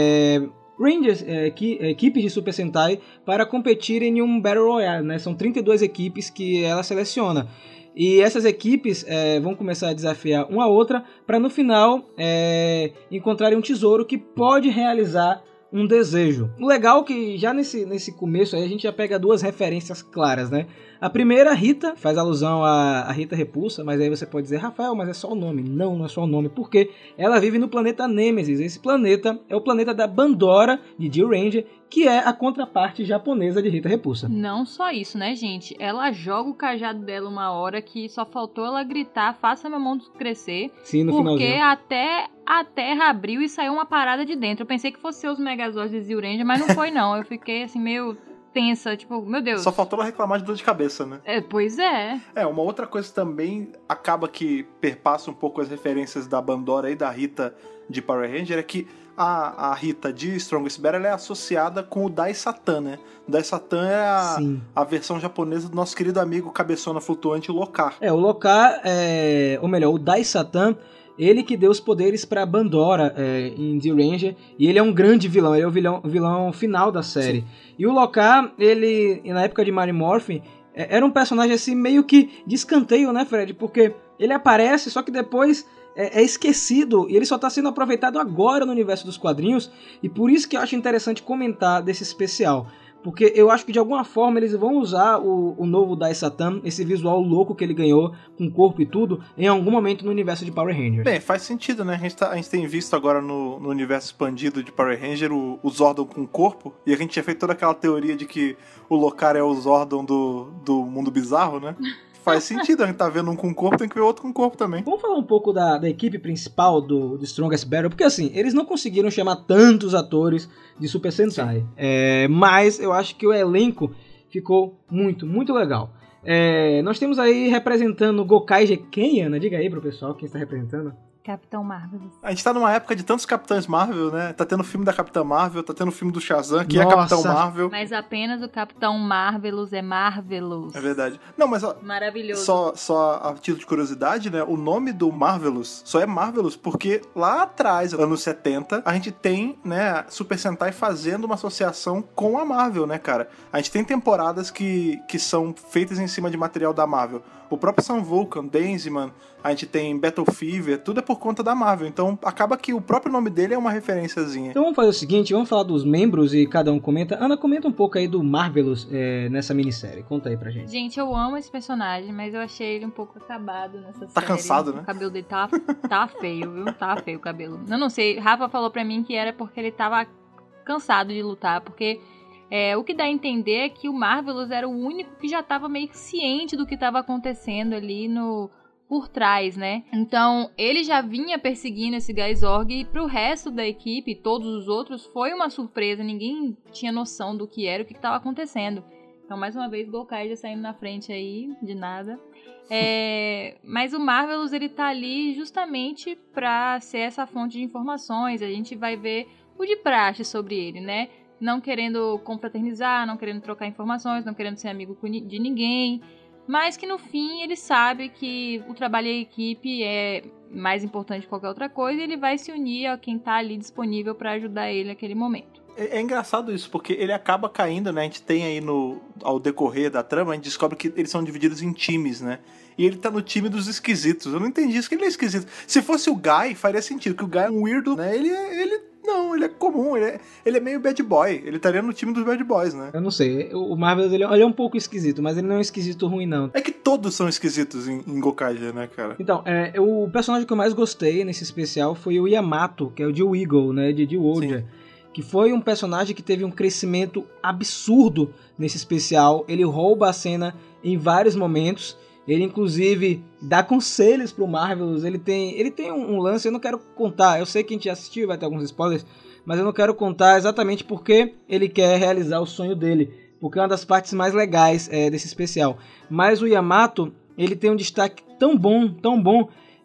Rangers, equipes de Super Sentai, para competirem em um Battle Royale, né? São 32 equipes que ela seleciona. E essas equipes vão começar a desafiar uma a outra para no final encontrarem um tesouro que pode realizar um desejo. O legal é que já nesse começo aí a gente já pega duas referências claras, né? A primeira, Rita, faz alusão a Rita Repulsa, mas aí você pode dizer, Rafael, mas é só o nome. Não é só o nome, porque ela vive no planeta Nêmesis. Esse planeta é o planeta da Bandora, de Jill Ranger, que é a contraparte japonesa de Rita Repulsa. Não só isso, né, gente? Ela joga o cajado dela uma hora que só faltou ela gritar, faça meu mundo crescer. Sim, no porque finalzinho. até a Terra abriu e saiu uma parada de dentro. Eu pensei que fosse os Megazords de Jill Ranger, mas não foi não. Eu fiquei assim, meio tensa, tipo, meu Deus. Só faltou ela reclamar de dor de cabeça, né? Pois é. Uma outra coisa também acaba que perpassa um pouco as referências da Bandora e da Rita de Power Ranger é que a Rita de Strongest Better ela é associada com o Dai Satan, né? O Dai Satan é a versão japonesa do nosso querido amigo cabeçona flutuante Lokar. O Lokar, ou melhor, o Dai Satan, ele que deu os poderes pra Bandora em The Ranger, e ele é um grande vilão, ele é o vilão final da série. Sim. E o Lokar, ele, na época de Mighty Morphin, era um personagem assim meio que de escanteio, né, Fred? Porque ele aparece, só que depois é esquecido, e ele só está sendo aproveitado agora no universo dos quadrinhos, e por isso que eu acho interessante comentar desse especial. Porque eu acho que de alguma forma eles vão usar o novo Dai Satan, esse visual louco que ele ganhou, com corpo e tudo, em algum momento no universo de Power Rangers. Bem, faz sentido, né? A gente tem visto agora no universo expandido de Power Ranger o Zordon com corpo, e a gente tinha feito toda aquela teoria de que o Lokar é o Zordon do mundo bizarro, né? Faz sentido, a gente tá vendo um com corpo, tem que ver outro com corpo também. Vamos falar um pouco da equipe principal do Strongest Battle, porque assim, eles não conseguiram chamar tantos atores de Super Sentai, mas eu acho que o elenco ficou muito, muito legal. Nós temos aí representando Gokaiger Kenya, né? Diga aí pro pessoal quem está representando. Capitão Marvel. A gente tá numa época de tantos Capitães Marvel, né? Tá tendo o filme da Capitã Marvel, tá tendo o filme do Shazam, que é Capitão Marvel. Mas apenas o Capitão Marvelous é Marvelous. É verdade. Não, mas ó, maravilhoso. Só a título de curiosidade, né? O nome do Marvelous só é Marvelous porque lá atrás, anos 70, a gente tem, né, Super Sentai fazendo uma associação com a Marvel, né, cara? A gente tem temporadas que são feitas em cima de material da Marvel. O próprio Sun Vulcan, Danzyman, a gente tem Battle Fever, tudo é por conta da Marvel. Então acaba que o próprio nome dele é uma referenciazinha. Então vamos fazer o seguinte, vamos falar dos membros e cada um comenta. Ana, comenta um pouco aí do Marvelous nessa minissérie. Conta aí pra gente. Gente, eu amo esse personagem, mas eu achei ele um pouco acabado nessa série. Tá cansado, né? O cabelo dele tá feio, viu? Tá feio o cabelo. Eu não sei, Rafa falou pra mim que era porque ele tava cansado de lutar, porque... o que dá a entender é que o Marvelous era o único que já estava meio que ciente do que estava acontecendo ali por trás, né? Então, ele já vinha perseguindo esse Gazorg e pro resto da equipe, todos os outros, foi uma surpresa. Ninguém tinha noção do que era, o que estava acontecendo. Então, mais uma vez, Gokaiger saindo na frente aí, de nada. Mas o Marvelous, ele tá ali justamente pra ser essa fonte de informações. A gente vai ver o de praxe sobre ele, né? Não querendo confraternizar, não querendo trocar informações, não querendo ser amigo de ninguém, mas que no fim ele sabe que o trabalho em equipe é mais importante que qualquer outra coisa e ele vai se unir a quem tá ali disponível para ajudar ele naquele momento. É engraçado isso, porque ele acaba caindo, né? A gente tem aí ao decorrer da trama, a gente descobre que eles são divididos em times, né? E ele tá no time dos esquisitos. Eu não entendi isso, que ele é esquisito. Se fosse o Guy, faria sentido, que o Guy é um weirdo, né? Ele é comum, ele é meio bad boy. Ele estaria no time dos bad boys, né? Eu não sei, o Marvel ele é um pouco esquisito, mas ele não é um esquisito ruim, não. É que todos são esquisitos em Gokaiger, né, cara? Então, o personagem que eu mais gostei nesse especial foi o Yamato, que é o de Eagle, né, de Wolja, que foi um personagem que teve um crescimento absurdo nesse especial. Ele rouba a cena em vários momentos. Ele, inclusive, dá conselhos pro Marvelous. Ele tem um lance, eu não quero contar. Eu sei que a gente já assistiu, vai ter alguns spoilers, mas eu não quero contar exatamente porque ele quer realizar o sonho dele. Porque é uma das partes mais legais desse especial. Mas o Yamato, ele tem um destaque tão bom,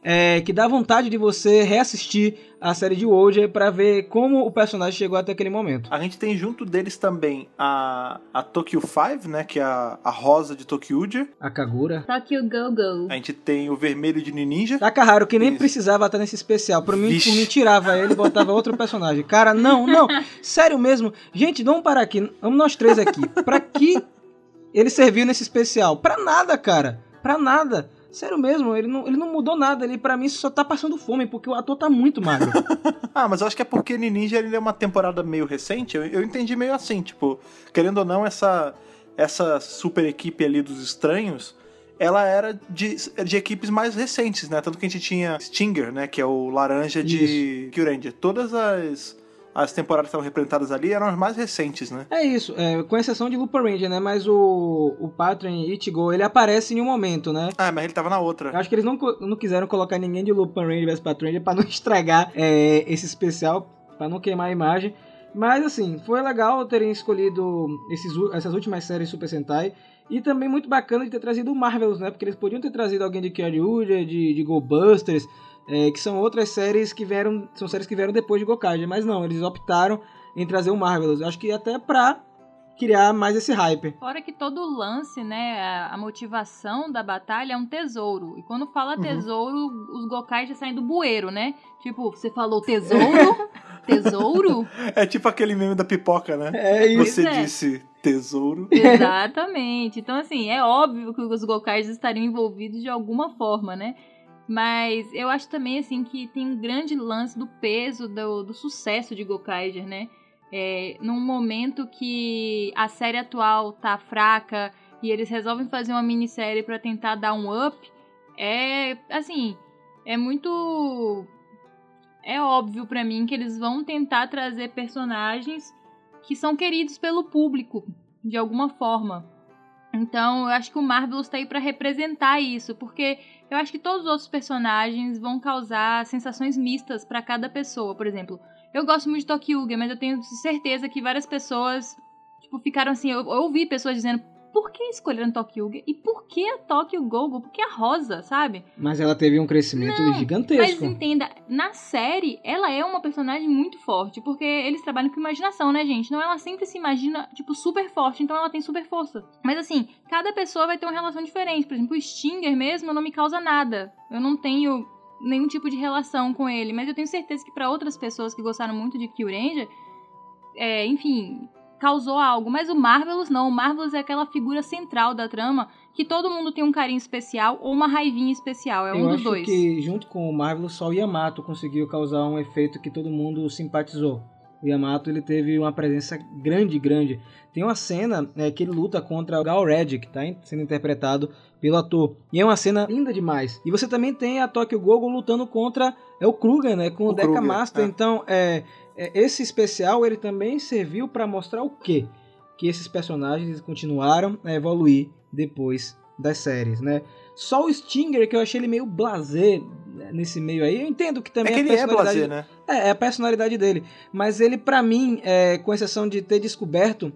que dá vontade de você reassistir a série de Woja pra ver como o personagem chegou até aquele momento. A gente tem junto deles também a Tokyo 5, né, que é a rosa de Tokyuja. A Kagura. Tokyo Go-Go. A gente tem o vermelho de Ninja. Takaharo, que nem precisava estar nesse especial. Por mim, tirava ele e botava outro personagem. Cara, não. Sério mesmo. Gente, vamos parar aqui. Vamos nós três aqui. Pra que ele serviu nesse especial? Pra nada, cara. Pra nada. Sério mesmo, ele não mudou nada. Ele, pra mim, só tá passando fome, porque o ator tá muito magro. Mas eu acho que é porque Ninja ele é uma temporada meio recente. Eu entendi meio assim, tipo, querendo ou não, essa super equipe ali dos estranhos, ela era de equipes mais recentes, né? Tanto que a gente tinha Stinger, né? Que é o laranja de Kyuranger. Todas as temporadas que estavam representadas ali eram as mais recentes, né? É isso, com exceção de Lupin Ranger, né? Mas o Patron Ichigo, ele aparece em um momento, né? Mas ele tava na outra. Eu acho que eles não quiseram colocar ninguém de Lupin Ranger vs Patron Ranger pra não estragar esse especial, pra não queimar a imagem. Mas, assim, foi legal terem escolhido essas últimas séries Super Sentai. E também muito bacana de ter trazido o Marvelous, né? Porque eles podiam ter trazido alguém de Kyoryuger, de Go Busters, que são outras séries que vieram depois de Gokaiger, mas não, eles optaram em trazer o Marvelous. Acho que até pra criar mais esse hype. Fora que todo o lance, né, a motivação da batalha é um tesouro. E quando fala tesouro, os Gokaiger saem do bueiro, né? Tipo, você falou tesouro? Tesouro? É tipo aquele meme da pipoca, né? É isso. Você disse tesouro. Exatamente. Então, assim, é óbvio que os Gokaiger estariam envolvidos de alguma forma, né? Mas eu acho também, assim, que tem um grande lance do peso do sucesso de Gokaiger, né? Num momento que a série atual tá fraca e eles resolvem fazer uma minissérie pra tentar dar um up, assim, é muito... É óbvio pra mim que eles vão tentar trazer personagens que são queridos pelo público, de alguma forma. Então, eu acho que o Marvelous tá aí pra representar isso, porque eu acho que todos os outros personagens vão causar sensações mistas pra cada pessoa. Por exemplo, eu gosto muito de Tokyuga, mas eu tenho certeza que várias pessoas, tipo, ficaram assim... Eu ouvi pessoas dizendo, por que escolheram Tokyuga? E por que a Tokyo Go-Go? Por que a Rosa, sabe? Mas ela teve um crescimento gigantesco. Mas entenda, na série, ela é uma personagem muito forte, porque eles trabalham com imaginação, né, gente? Então ela sempre se imagina, tipo, super forte, então ela tem super força. Mas assim, cada pessoa vai ter uma relação diferente. Por exemplo, o Stinger mesmo não me causa nada. Eu não tenho nenhum tipo de relação com ele, mas eu tenho certeza que pra outras pessoas que gostaram muito de Kyuranger, enfim... causou algo, mas o Marvelous não. O Marvelous é aquela figura central da trama que todo mundo tem um carinho especial ou uma raivinha especial, um dos dois. Eu acho que junto com o Marvelous só o Yamato conseguiu causar um efeito que todo mundo simpatizou. O Yamato, ele teve uma presença grande. Tem uma cena que ele luta contra o Gal Red, que está sendo interpretado pelo ator. E é uma cena linda demais. E você também tem a Tokyo Go-Go lutando contra o Kruger, né? Com o Deca Master. Então, esse especial, ele também serviu para mostrar o quê? Que esses personagens continuaram a evoluir depois das séries, né? Só o Stinger, que eu achei ele meio blasé nesse meio aí. Eu entendo que também que ele é blasé, né? É a personalidade dele. Mas ele, pra mim, com exceção de ter descoberto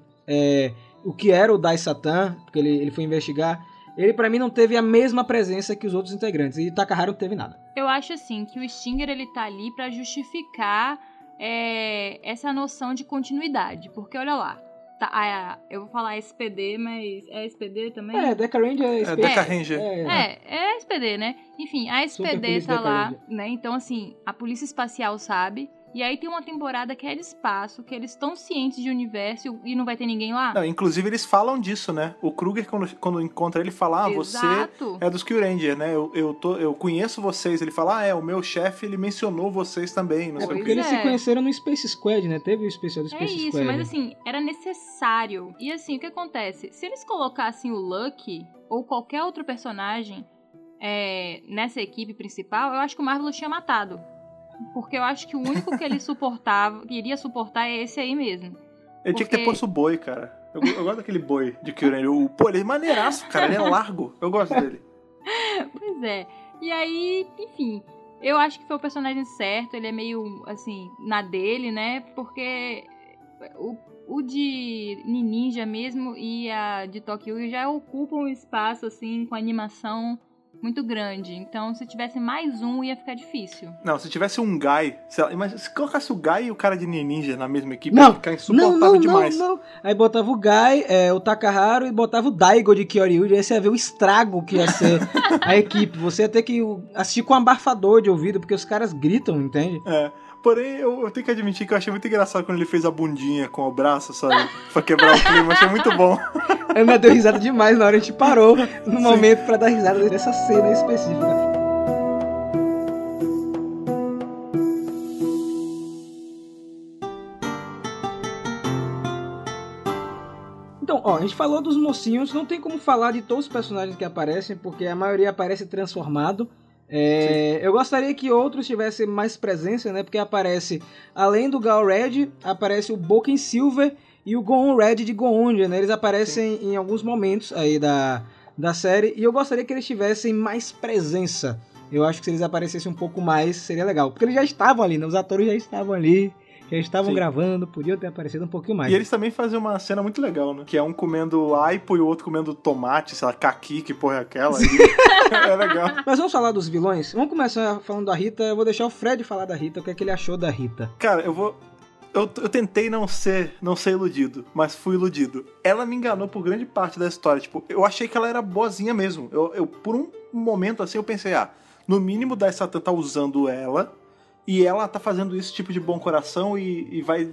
o que era o Dai Satan, porque ele foi investigar, ele pra mim não teve a mesma presença que os outros integrantes. E Takahara não teve nada. Eu acho assim, que o Stinger, ele tá ali pra justificar essa noção de continuidade. Porque olha lá, eu vou falar SPD, mas é SPD também? Deca Ranger é SPD. Deca Ranger. É SPD, né? Enfim, a SPD tá lá, né? Então, assim, a Polícia Espacial sabe. E aí tem uma temporada que é de espaço, que eles estão cientes de universo e não vai ter ninguém lá. Não, inclusive eles falam disso, né? O Kruger, quando encontra ele, fala, você é dos Kyuranger, né? Eu conheço vocês. Ele fala, o meu chefe, ele mencionou vocês também. Não sei porque eles se conheceram no Space Squad, né? Teve o especial do Space Squad. É isso, mas assim, era necessário. E assim, o que acontece? Se eles colocassem o Lucky ou qualquer outro personagem nessa equipe principal, eu acho que o Marvelous tinha matado. Porque eu acho que o único que ele iria suportar é esse aí mesmo. Ele tinha que ter posto o boi, cara. Eu gosto daquele boi de Kyuranger. Ele é maneiraço, cara. Ele é largo. Eu gosto dele. Pois é. E aí, enfim, eu acho que foi o personagem certo. Ele é meio, assim, na dele, né? Porque o de Ninja mesmo e a de Tokyo já ocupam um espaço, assim, com animação muito grande. Então, se tivesse mais um, ia ficar difícil. Não, se tivesse um Guy, sei lá, imagina, se colocasse o Guy e o cara de Ninja na mesma equipe, Não, ia ficar insuportável demais. Não. Aí botava o Guy, o Takaharu e botava o Daigo de Kyoryuji, aí você ia ver o estrago que ia ser a equipe. Você ia ter que assistir com um abafador de ouvido, porque os caras gritam, entende? Porém, eu tenho que admitir que eu achei muito engraçado quando ele fez a bundinha com o braço, sabe? Pra quebrar o clima, achei muito bom. Eu me deu risada demais na hora, a gente parou no momento pra dar risada dessa cena específica. Então, a gente falou dos mocinhos, não tem como falar de todos os personagens que aparecem, porque a maioria aparece transformado. Eu gostaria que outros tivessem mais presença, né? Porque aparece, além do Gal Red, aparece o Boken Silver e o Goon Red de Goonja, né? Eles aparecem em alguns momentos aí da série, e eu gostaria que eles tivessem mais presença. Eu acho que se eles aparecessem um pouco mais, seria legal. Porque eles já estavam ali, né? Os atores já estavam ali, já estavam gravando, podiam ter aparecido um pouquinho mais. E eles também fazem uma cena muito legal, né? Que é um comendo aipo e o outro comendo tomate, sei lá, caqui, que porra é aquela. É legal. Mas vamos falar dos vilões? Vamos começar falando da Rita. Eu vou deixar o Fred falar da Rita, o que é que ele achou da Rita. Cara, eu tentei não ser iludido, mas fui iludido. Ela me enganou por grande parte da história. Tipo, eu achei que ela era boazinha mesmo. Eu por um momento assim, eu pensei, no mínimo da Satan tá usando ela, e ela tá fazendo esse tipo de bom coração e vai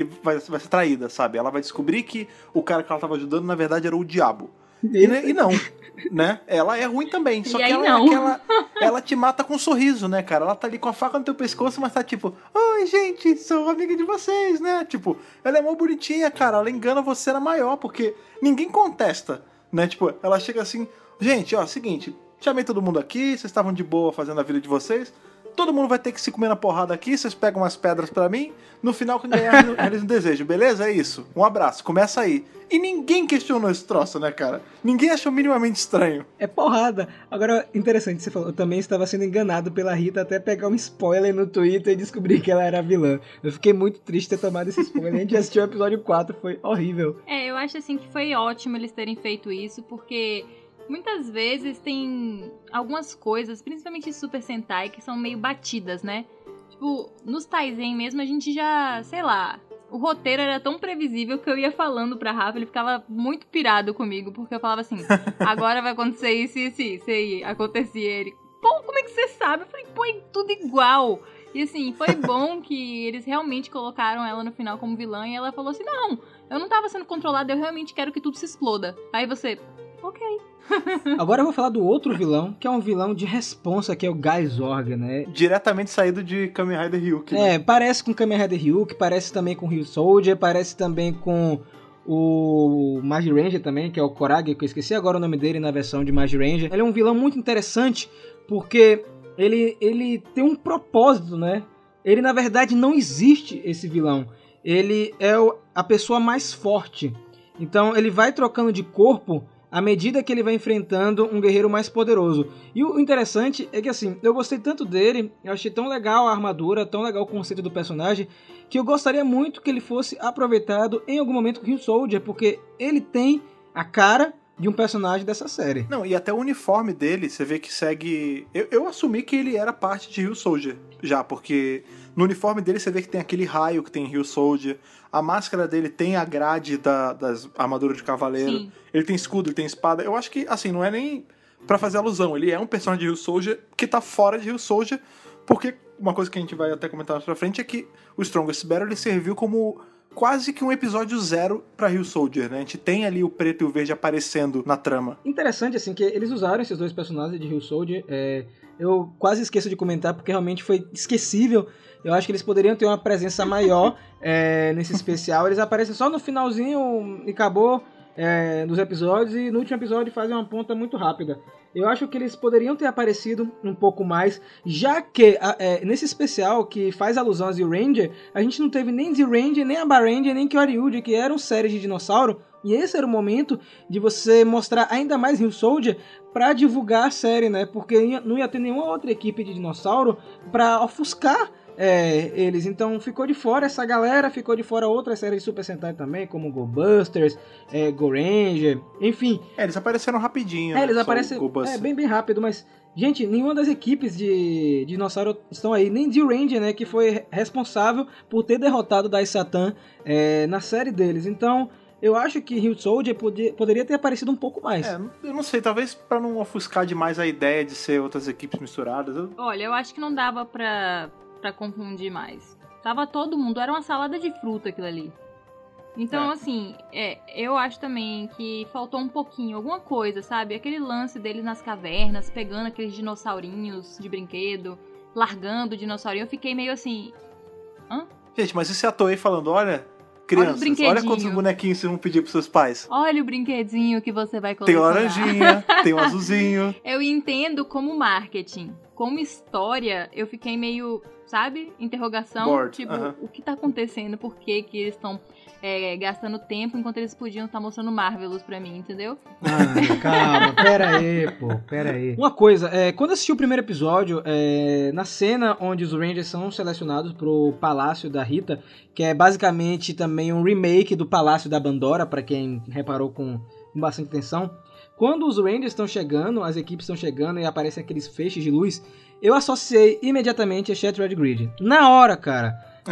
ser traída, sabe? Ela vai descobrir que o cara que ela tava ajudando, na verdade, era o diabo. E não, né? Ela é ruim também. Só que ela não. é aquela... Ela te mata com um sorriso, né, cara? Ela tá ali com a faca no teu pescoço, mas tá tipo... Oi, gente, sou amiga de vocês, né? Tipo, ela é mó bonitinha, cara. Ela engana você na maior, porque ninguém contesta, né? Tipo, ela chega assim... Gente, seguinte... Chamei todo mundo aqui, vocês estavam de boa fazendo a vida de vocês. Todo mundo vai ter que se comer na porrada aqui, vocês pegam umas pedras pra mim. No final, quem ganhar, eles não desejam, beleza? É isso. Um abraço, começa aí. E ninguém questionou esse troço, né, cara? Ninguém achou minimamente estranho. É porrada. Agora, interessante, você falou, eu também estava sendo enganado pela Rita até pegar um spoiler no Twitter e descobrir que ela era vilã. Eu fiquei muito triste ter tomado esse spoiler. A gente assistiu o episódio 4, foi horrível. Eu acho assim que foi ótimo eles terem feito isso, porque... Muitas vezes tem algumas coisas, principalmente Super Sentai, que são meio batidas, né? Tipo, nos Taizen mesmo a gente já, sei lá, o roteiro era tão previsível que eu ia falando pra Rafa, ele ficava muito pirado comigo, porque eu falava assim, agora vai acontecer isso e isso, aí acontecia ele. Pô, como é que você sabe? Eu falei, pô, é tudo igual. E assim, foi bom que eles realmente colocaram ela no final como vilã e ela falou assim, não, eu não tava sendo controlada, eu realmente quero que tudo se exploda. Aí você, ok. Agora eu vou falar do outro vilão, que é um vilão de responsa, que é o Guy Zorg, né? Diretamente saído de Kamen Rider Ryuk. Né? Parece com Kamen Rider Ryuk, parece também com Ryu Soldier, parece também com o Magi Ranger também, que é o Korage, que eu esqueci agora o nome dele na versão de Magi Ranger. Ele é um vilão muito interessante, porque ele tem um propósito, né? Ele, na verdade, não existe esse vilão. Ele é a pessoa mais forte. Então, ele vai trocando de corpo à medida que ele vai enfrentando um guerreiro mais poderoso. E o interessante é que, assim, eu gostei tanto dele, eu achei tão legal a armadura, tão legal o conceito do personagem, que eu gostaria muito que ele fosse aproveitado em algum momento com o Ryu Soldier, porque ele tem a cara de um personagem dessa série. Não, e até o uniforme dele, você vê que segue... Eu assumi que ele era parte de Ryu Soldier, já, porque no uniforme dele você vê que tem aquele raio que tem Ryu Soldier, a máscara dele tem a grade das armaduras de cavaleiro, Sim. Ele tem escudo, ele tem espada. Eu acho que, assim, não é nem pra fazer alusão, ele é um personagem de Ryu Soldier que tá fora de Ryu Soldier, porque uma coisa que a gente vai até comentar mais pra frente é que o Strongest Battle ele serviu como quase que um episódio zero pra Ryu Soldier, né? A gente tem ali o preto e o verde aparecendo na trama. Interessante, assim, que eles usaram esses dois personagens de Ryu Soldier. Eu quase esqueço de comentar porque realmente foi esquecível. Eu acho que eles poderiam ter uma presença maior nesse especial. Eles aparecem só no finalzinho e acabou dos episódios, e no último episódio fazem uma ponta muito rápida. Eu acho que eles poderiam ter aparecido um pouco mais, já que nesse especial que faz alusão a Z-Ranger, a gente não teve nem Z-Ranger, nem Aba-Ranger, nem Kyoryuji, que eram séries de dinossauro, e esse era o momento de você mostrar ainda mais Ryu Soldier pra divulgar a série, né? Porque não ia ter nenhuma outra equipe de dinossauro pra ofuscar eles. Então ficou de fora essa galera, ficou de fora outras séries de Super Sentai também, como Go Busters, Go Ranger, enfim. Eles apareceram rapidinho. Eles aparecem bem rápido, mas, gente, nenhuma das equipes de Dinossauro estão aí, nem de Ranger, né, que foi responsável por ter derrotado Dai Satan na série deles. Então, eu acho que Hill Soldier poderia ter aparecido um pouco mais. Eu não sei, talvez pra não ofuscar demais a ideia de ser outras equipes misturadas. Olha, eu acho que não dava pra confundir mais. Tava todo mundo, era uma salada de fruta aquilo ali. Então, assim, eu acho também que faltou um pouquinho, alguma coisa, sabe? Aquele lance deles nas cavernas, pegando aqueles dinossaurinhos de brinquedo, largando o dinossaurinho, eu fiquei meio assim... Hã? Gente, mas esse ator aí falando, olha... Crianças, olha quantos bonequinhos vocês vão pedir pros seus pais. Olha o brinquedinho que você vai colocar. Tem laranjinha, tem um azulzinho. Eu entendo como marketing. Como história, eu fiquei meio, sabe? Interrogação. Bored. Tipo, o que tá acontecendo? Por que que eles estão gastando tempo enquanto eles podiam estar mostrando Marvelous pra mim, entendeu? Calma, pera aí. Uma coisa, quando eu assisti o primeiro episódio, na cena onde os Rangers são selecionados pro Palácio da Rita, que é basicamente também um remake do Palácio da Bandora, pra quem reparou com bastante atenção, quando os Rangers estão chegando, as equipes estão chegando e aparecem aqueles feixes de luz, eu associei imediatamente a Shattered Grid. Na hora, cara.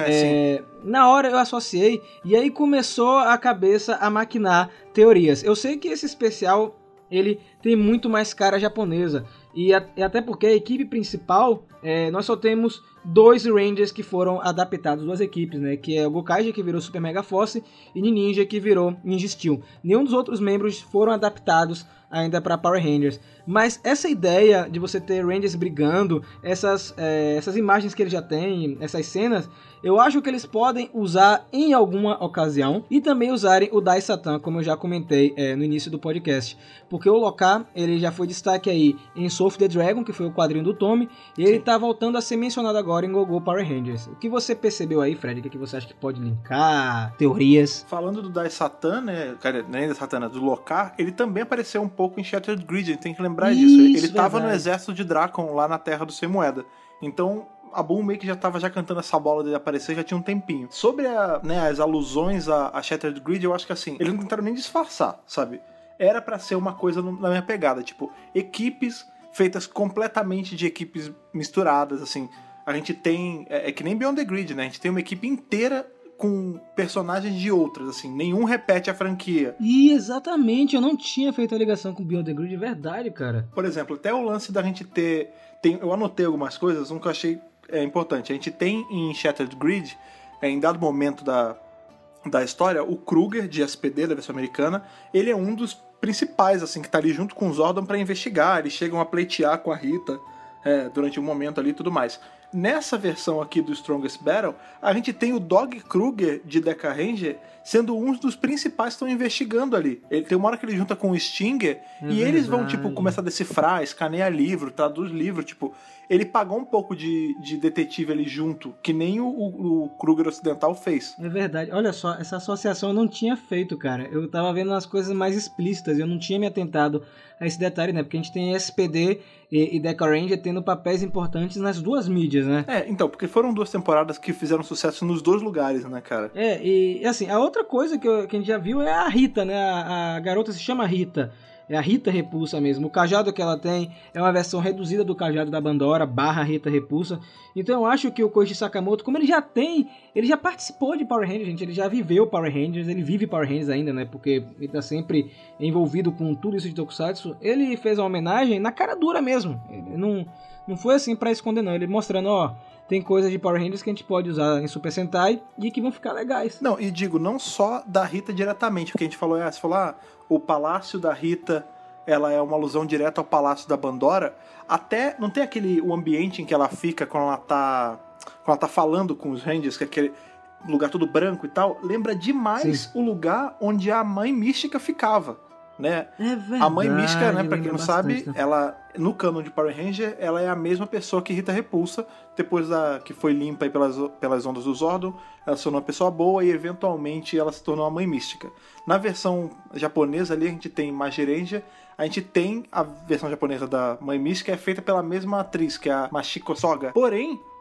Na hora eu associei e aí começou a cabeça a maquinar teorias. Eu sei que esse especial ele tem muito mais cara japonesa e até porque a equipe principal nós só temos 2 Rangers que foram adaptados, 2 equipes, né? Que é o Gokaiger que virou Super Mega Force e Ninja que virou Ninja Steel. Nenhum dos outros membros foram adaptados ainda para Power Rangers. Mas essa ideia de você ter Rangers brigando, essas imagens que ele já tem, essas cenas, eu acho que eles podem usar em alguma ocasião e também usarem o Dai Satan, como eu já comentei no início do podcast. Porque o Loka, ele já foi destaque aí em Soul of the Dragon, que foi o quadrinho do Tommy, e ele tá voltando a ser mencionado agora em Go-Go Power Rangers. O que você percebeu aí, Fred? O que você acha que pode linkar? Teorias? Falando do Dai Satan, né? Nem da Satana, do Loka, ele também apareceu um pouco em Shattered Grid, a gente tem que lembrar disso. Ele tava no exército de Drakon, lá na Terra do Sem Moeda. Então, a Boom meio que já tava cantando essa bola dele aparecer, já tinha um tempinho. Sobre as alusões a Shattered Grid, eu acho que assim, eles não tentaram nem disfarçar, sabe? Era pra ser uma coisa na minha pegada, tipo, equipes feitas completamente de equipes misturadas, assim. A gente tem, que nem Beyond the Grid, né? A gente tem uma equipe inteira com personagens de outras, assim, nenhum repete a franquia. Exatamente, eu não tinha feito a ligação com Beyond the Grid, de verdade, cara. Por exemplo, até o lance da gente ter... eu anotei algumas coisas, um que eu achei importante. A gente tem em Shattered Grid, em dado momento da história, o Kruger, de SPD, da versão americana, ele é um dos principais, assim, que tá ali junto com o Zordon pra investigar, eles chegam a pleitear com a Rita durante um momento ali e tudo mais. Nessa versão aqui do Strongest Battle, a gente tem o Dog Kruger de Deca Ranger sendo um dos principais que estão investigando ali. Ele tem uma hora que ele junta com o Stinger e eles vão, tipo, começar a decifrar, escanear livro, traduz livro, tipo... Ele pagou um pouco de detetive ali junto, que nem o Kruger ocidental fez. É verdade. Olha só, essa associação eu não tinha feito, cara. Eu tava vendo as coisas mais explícitas, eu não tinha me atentado a esse detalhe, né? Porque a gente tem SPD e Deca Ranger tendo papéis importantes nas duas mídias, né? Então, porque foram 2 temporadas que fizeram sucesso nos 2 lugares, né, cara? E assim, a outra coisa que a gente já viu é a Rita, né? A garota se chama Rita. É a Rita Repulsa mesmo. O cajado que ela tem é uma versão reduzida do cajado da Bandora / Rita Repulsa. Então eu acho que o Koichi Sakamoto, como ele já participou de Power Rangers, gente. Ele já viveu Power Rangers, ele vive Power Rangers ainda, né? Porque ele tá sempre envolvido com tudo isso de Tokusatsu. Ele fez uma homenagem na cara dura mesmo. Ele não foi assim pra esconder, não. Ele mostrando, tem coisas de Power Rangers que a gente pode usar em Super Sentai e que vão ficar legais. Não, e digo, não só da Rita diretamente, porque a gente falou, você falou, o Palácio da Rita, ela é uma alusão direta ao Palácio da Bandora. Até, não tem o ambiente em que ela fica quando ela tá falando com os Rangers, que é aquele lugar todo branco e tal, lembra demais o lugar onde a Mãe Mística ficava, né? É verdade. A Mãe Mística, né, pra quem não sabe, ela, no canon de Power Ranger, ela é a mesma pessoa que Rita Repulsa, depois que foi limpa aí pelas ondas do Zordon, ela se tornou uma pessoa boa e eventualmente ela se tornou uma Mãe Mística. Na versão japonesa ali a gente tem Majirenja, a gente tem a versão japonesa da Mãe Mística, é feita pela mesma atriz, que é a Machiko Soga. Porém,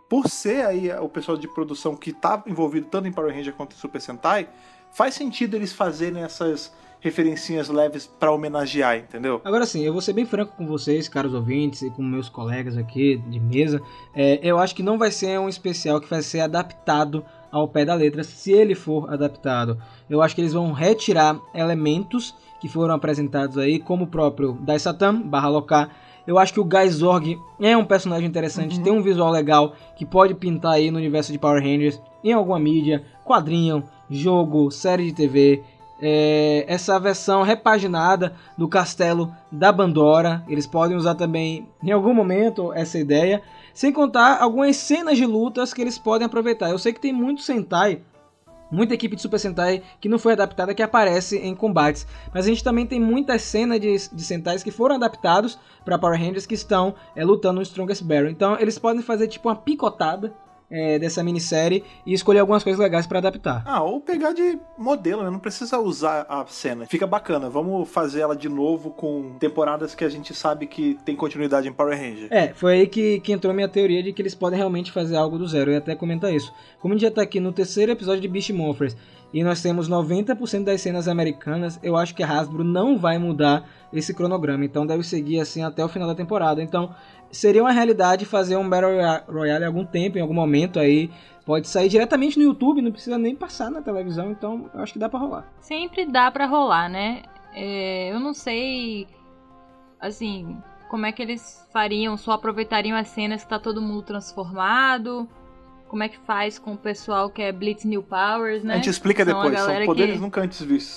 por ser aí o pessoal de produção que tá envolvido tanto em Power Ranger quanto em Super Sentai, faz sentido eles fazerem essas referencinhas leves pra homenagear, entendeu? Agora sim, eu vou ser bem franco com vocês, caros ouvintes, e com meus colegas aqui de mesa. Eu acho que não vai ser um especial que vai ser adaptado ao pé da letra, se ele for adaptado. Eu acho que eles vão retirar elementos que foram apresentados aí, como o próprio Dai-Satan, /Loka. Eu acho que o Gaisorg é um personagem interessante, tem um visual legal, que pode pintar aí no universo de Power Rangers, em alguma mídia, quadrinho, jogo, série de TV. Essa versão repaginada do castelo da Bandora, eles podem usar também em algum momento essa ideia, sem contar algumas cenas de lutas que eles podem aproveitar. Eu sei que tem muito Sentai, muita equipe de Super Sentai que não foi adaptada, que aparece em combates, mas a gente também tem muitas cenas de Sentais que foram adaptados para Power Rangers que estão lutando no Strongest Battle. Então eles podem fazer tipo uma picotada dessa minissérie e escolher algumas coisas legais pra adaptar. Ou pegar de modelo, né? Não precisa usar a cena. Fica bacana. Vamos fazer ela de novo com temporadas que a gente sabe que tem continuidade em Power Ranger. Foi aí que entrou a minha teoria de que eles podem realmente fazer algo do zero. Eu ia até comentar isso. Como a gente já tá aqui no terceiro episódio de Beast Morphers e nós temos 90% das cenas americanas, eu acho que a Hasbro não vai mudar esse cronograma. Então deve seguir assim até o final da temporada. Então seria uma realidade fazer um Battle Royale em algum tempo, em algum momento aí. Pode sair diretamente no YouTube, não precisa nem passar na televisão, então eu acho que dá pra rolar. Sempre dá pra rolar, né? Eu não sei, assim, como é que eles fariam, só aproveitariam as cenas que tá todo mundo transformado, como é que faz com o pessoal que é Blitz New Powers, né? A gente explica depois, são poderes nunca antes vistos.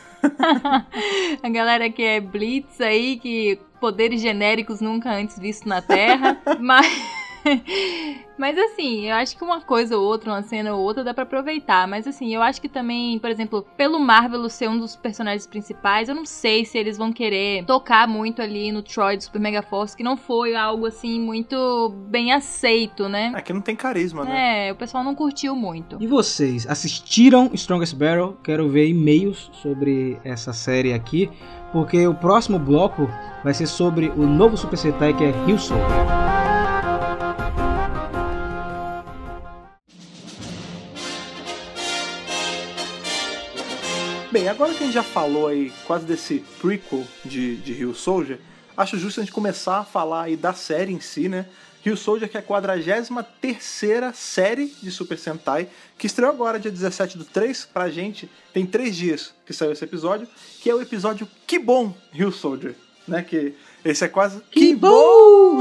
A galera que é Blitz aí, que poderes genéricos nunca antes vistos na Terra, mas assim, eu acho que uma coisa ou outra, uma cena ou outra dá pra aproveitar, mas assim, eu acho que também, por exemplo, pelo Marvelous ser um dos personagens principais, eu não sei se eles vão querer tocar muito ali no Troy do Super Mega Force, que não foi algo assim muito bem aceito, né? Que não tem carisma, né? O pessoal não curtiu muito. E vocês, assistiram Strongest Battle? Quero ver e-mails sobre essa série aqui, porque o próximo bloco vai ser sobre o novo Super Sentai, que é Hill Soldier. Bem, agora que a gente já falou aí quase desse prequel de Hill Soldier, acho justo a gente começar a falar aí da série em si, né? Hill Soldier, que é a 43ª série de Super Sentai, que estreou agora dia 17/3 pra gente. Tem 3 dias que saiu esse episódio, que é o episódio Que Bom Hill Soldier, né? Que esse é quase... Que bom!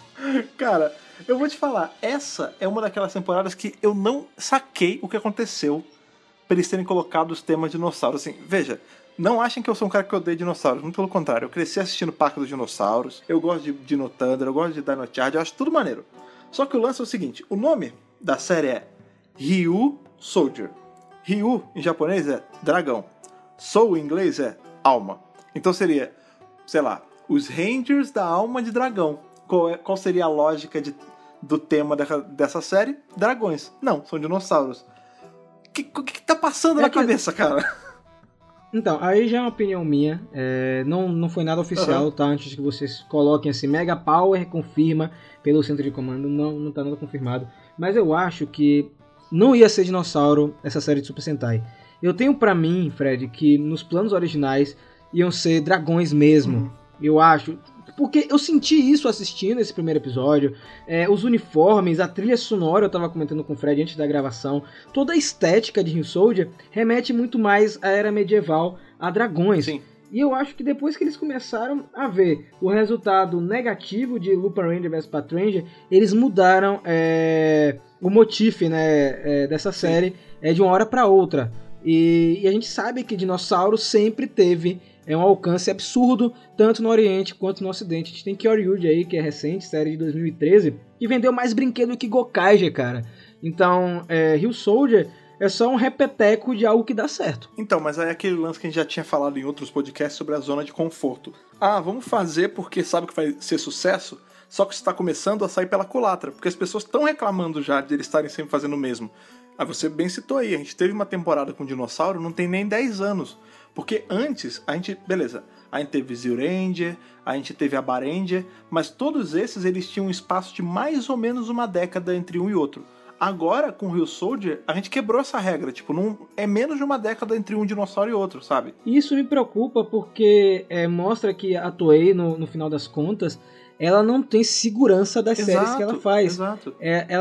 Cara, eu vou te falar, essa é uma daquelas temporadas que eu não saquei o que aconteceu pra eles terem colocado os temas de dinossauros. Assim, veja, não achem que eu sou um cara que odeia dinossauros, muito pelo contrário. Eu cresci assistindo Parque dos Dinossauros, eu gosto de Dino Thunder, eu gosto de Dino Charge, eu acho tudo maneiro. Só que o lance é o seguinte, o nome da série é Ryu Soldier. Ryu em japonês é dragão, Soul em inglês é alma. Então seria, sei lá, os Rangers da alma de dragão. Qual seria a lógica do tema dessa série? Dragões. Não, são dinossauros. O que tá passando na cabeça, cara? Então, aí já é uma opinião minha, não foi nada oficial, tá? Antes que vocês coloquem assim, Mega Power confirma pelo centro de comando, não tá nada confirmado. Mas eu acho que não ia ser dinossauro essa série de Super Sentai. Eu tenho pra mim, Fred, que nos planos originais iam ser dragões mesmo. Eu acho... Porque eu senti isso assistindo esse primeiro episódio, os uniformes, a trilha sonora, eu tava comentando com o Fred antes da gravação, toda a estética de Hill Soldier remete muito mais à era medieval, a dragões. Sim. E eu acho que depois que eles começaram a ver o resultado negativo de Lupin Ranger vs Patranger, eles mudaram o motif, né, dessa série de uma hora para outra. E a gente sabe que dinossauro sempre teve um alcance absurdo, tanto no Oriente quanto no Ocidente. A gente tem Kyoryuji aí, que é recente, série de 2013, que vendeu mais brinquedo que Gokaiger, cara. Então, Hill Soldier é só um repeteco de algo que dá certo. Então, mas aí é aquele lance que a gente já tinha falado em outros podcasts sobre a zona de conforto. Vamos fazer porque sabe que vai ser sucesso, só que está começando a sair pela culatra, porque as pessoas estão reclamando já de eles estarem sempre fazendo o mesmo. Você bem citou aí, a gente teve uma temporada com dinossauro, não tem nem 10 anos. Porque antes, a gente teve Zyuranger, a gente teve a Baranger, mas todos esses eles tinham um espaço de mais ou menos uma década entre um e outro. Agora, com o Ryusoulger, a gente quebrou essa regra. Tipo, não é menos de uma década entre um dinossauro e outro, sabe? Isso me preocupa porque mostra que a Toei, no final das contas, ela não tem segurança das séries que ela faz. Exato.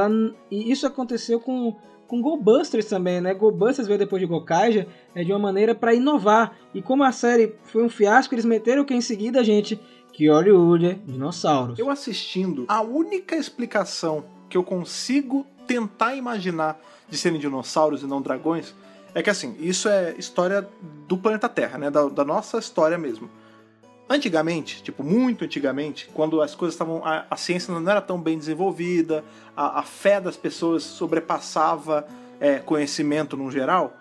E isso aconteceu com Go Busters também, né? Go Busters veio depois de Gokaiger de uma maneira para inovar. E como a série foi um fiasco, eles meteram que em seguida, gente, Kyoryuger, dinossauros. Eu assistindo, a única explicação que eu consigo tentar imaginar de serem dinossauros e não dragões é que, assim, isso é história do planeta Terra, né? Da nossa história mesmo. Antigamente, tipo, muito antigamente, quando as coisas estavam... A ciência não era tão bem desenvolvida, a fé das pessoas sobrepassava conhecimento no geral,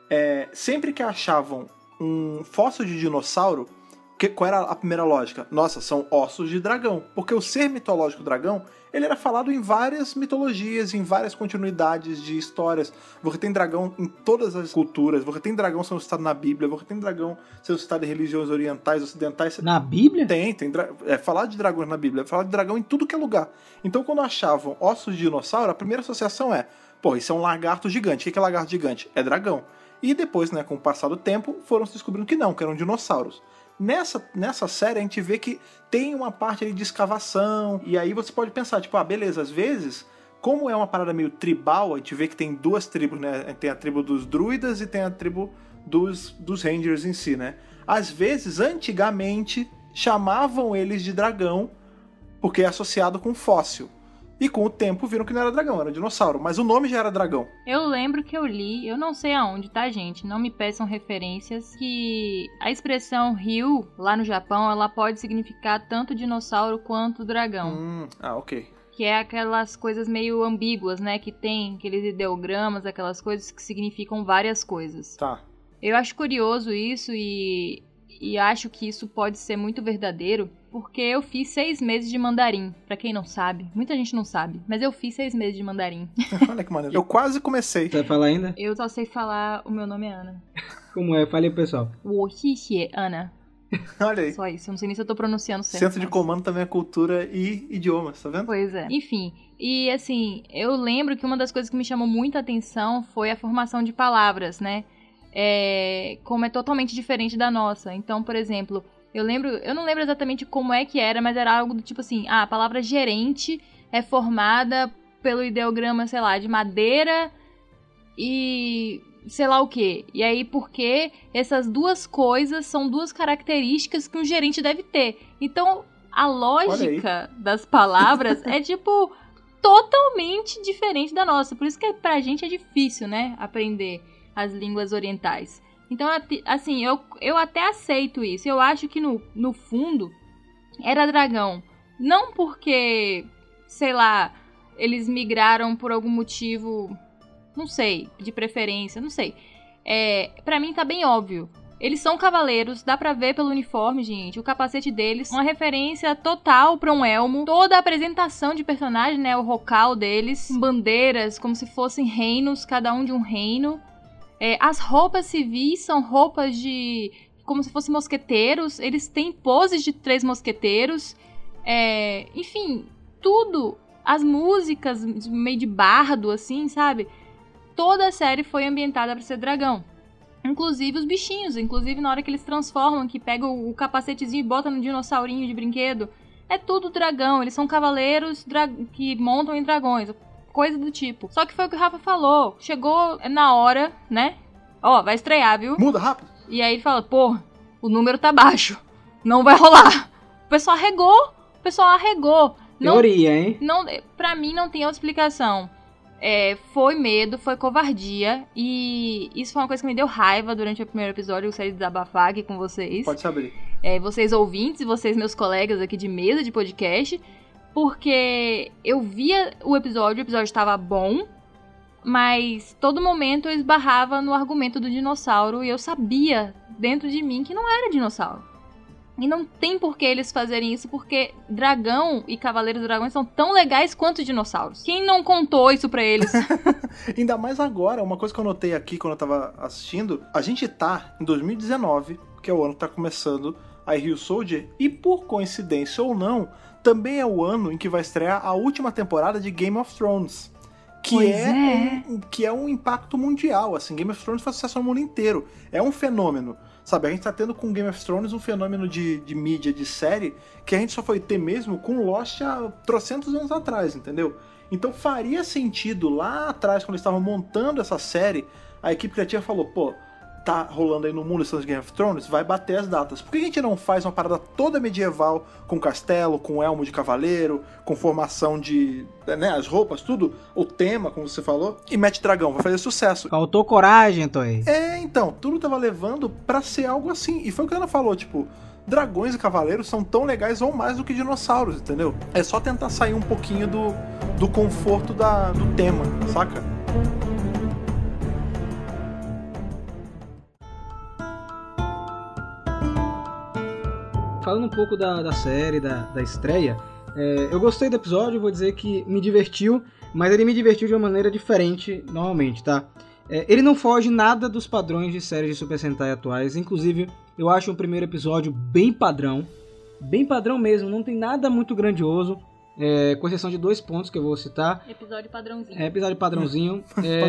sempre que achavam um fóssil de dinossauro, qual era a primeira lógica? Nossa, são ossos de dragão. Porque o ser mitológico dragão, ele era falado em várias mitologias, em várias continuidades de histórias. Você tem dragão em todas as culturas, você tem dragão sendo citado na Bíblia, você tem dragão sendo citado em religiões orientais, ocidentais. Na Bíblia? Tem falar de dragões na Bíblia, falar de dragão em tudo que é lugar. Então, quando achavam ossos de dinossauro, a primeira associação isso é um lagarto gigante. O que é lagarto gigante? É dragão. E depois, né, com o passar do tempo, foram se descobrindo que não, que eram dinossauros. Nessa série a gente vê que tem uma parte ali de escavação, e aí você pode pensar, tipo, beleza, às vezes, como é uma parada meio tribal, a gente vê que tem duas tribos, né? Tem a tribo dos druidas e tem a tribo dos rangers em si, né? Às vezes, antigamente, chamavam eles de dragão, porque é associado com fóssil. E com o tempo viram que não era dragão, era dinossauro. Mas o nome já era dragão. Eu lembro que eu li, eu não sei aonde, tá, gente? Não me peçam referências, que a expressão Ryu, lá no Japão, ela pode significar tanto dinossauro quanto dragão. Ok. Que é aquelas coisas meio ambíguas, né? Que tem aqueles ideogramas, aquelas coisas que significam várias coisas. Tá. Eu acho curioso isso e acho que isso pode ser muito verdadeiro, porque eu fiz 6 meses de mandarim. Pra quem não sabe, muita gente não sabe, mas eu fiz 6 meses de mandarim. Olha que maneiro. Eu quase comecei. Você vai falar ainda? Eu só sei falar, o meu nome é Ana. Como é? Falei pro pessoal. Wohihe Ana. Olha aí. Só isso, eu não sei nem se eu tô pronunciando certo. Centro de comando também é cultura e idiomas, tá vendo? Pois é. Enfim, e assim, eu lembro que uma das coisas que me chamou muita atenção foi a formação de palavras, né? Como é totalmente diferente da nossa. Então, por exemplo, eu não lembro exatamente como é que era, mas era algo do tipo assim, a palavra gerente é formada pelo ideograma, sei lá, de madeira e sei lá o quê. E aí, porque essas duas coisas são duas características que um gerente deve ter. Então, a lógica das palavras é, tipo, totalmente diferente da nossa. Por isso que pra gente é difícil, né, aprender as línguas orientais. Então, assim, eu até aceito isso. Eu acho que no fundo era dragão. Não porque, sei lá, eles migraram por algum motivo, não sei, de preferência, não sei. Pra mim tá bem óbvio. Eles são cavaleiros, dá pra ver pelo uniforme, gente. O capacete deles, uma referência total pra um elmo. Toda a apresentação de personagem, né, o rocal deles, com bandeiras, como se fossem reinos, cada um de um reino. As roupas civis são roupas de... como se fossem mosqueteiros. Eles têm poses de 3 mosqueteiros. Enfim, tudo. As músicas meio de bardo, assim, sabe? Toda a série foi ambientada pra ser dragão. Inclusive os bichinhos. Inclusive na hora que eles transformam, que pegam o capacetezinho e botam no dinossaurinho de brinquedo. É tudo dragão. Eles são cavaleiros que montam em dragões. Coisa do tipo. Só que foi o que o Rafa falou. Chegou na hora, né? Vai estrear, viu? Muda rápido. E aí ele fala, o número tá baixo. Não vai rolar. O pessoal arregou. Teoria, hein? Não, pra mim não tem outra explicação. Foi medo, foi covardia. E isso foi uma coisa que me deu raiva durante o primeiro episódio. Eu gostaria de desabafar aqui com vocês. Pode saber. Vocês ouvintes e vocês meus colegas aqui de mesa de podcast. Porque eu via o episódio estava bom, mas todo momento eu esbarrava no argumento do dinossauro e eu sabia dentro de mim que não era dinossauro. E não tem por que eles fazerem isso, porque dragão e Cavaleiros dos Dragões são tão legais quanto dinossauros. Quem não contou isso pra eles? Ainda mais agora, uma coisa que eu notei aqui quando eu tava assistindo, a gente tá em 2019, que é o ano que tá começando a Rio Soldier, e por coincidência ou não, também é o ano em que vai estrear a última temporada de Game of Thrones. Que é um impacto mundial, assim, Game of Thrones faz sucesso no mundo inteiro. É um fenômeno. Sabe, a gente tá tendo com Game of Thrones um fenômeno de mídia, de série, que a gente só foi ter mesmo com Lost há trocentos anos atrás, entendeu? Então faria sentido lá atrás, quando eles estavam montando essa série, a equipe criativa falou, pô, tá rolando aí no mundo esse Game of Thrones, vai bater as datas. Por que a gente não faz uma parada toda medieval, com castelo, com elmo de cavaleiro, com formação de, né, as roupas, tudo, o tema, como você falou, e mete dragão, vai fazer sucesso. Faltou coragem, Toei. Então, tudo tava levando pra ser algo assim, e foi o que a Ana falou, tipo, dragões e cavaleiros são tão legais ou mais do que dinossauros, entendeu? É só tentar sair um pouquinho do conforto do tema, saca? Falando um pouco da série, da estreia, eu gostei do episódio, vou dizer que me divertiu, mas ele me divertiu de uma maneira diferente normalmente, tá? Ele não foge nada dos padrões de séries de Super Sentai atuais, inclusive eu acho o primeiro episódio bem padrão mesmo, não tem nada muito grandioso, com exceção de 2 pontos que eu vou citar. Episódio padrãozinho. Episódio padrãozinho.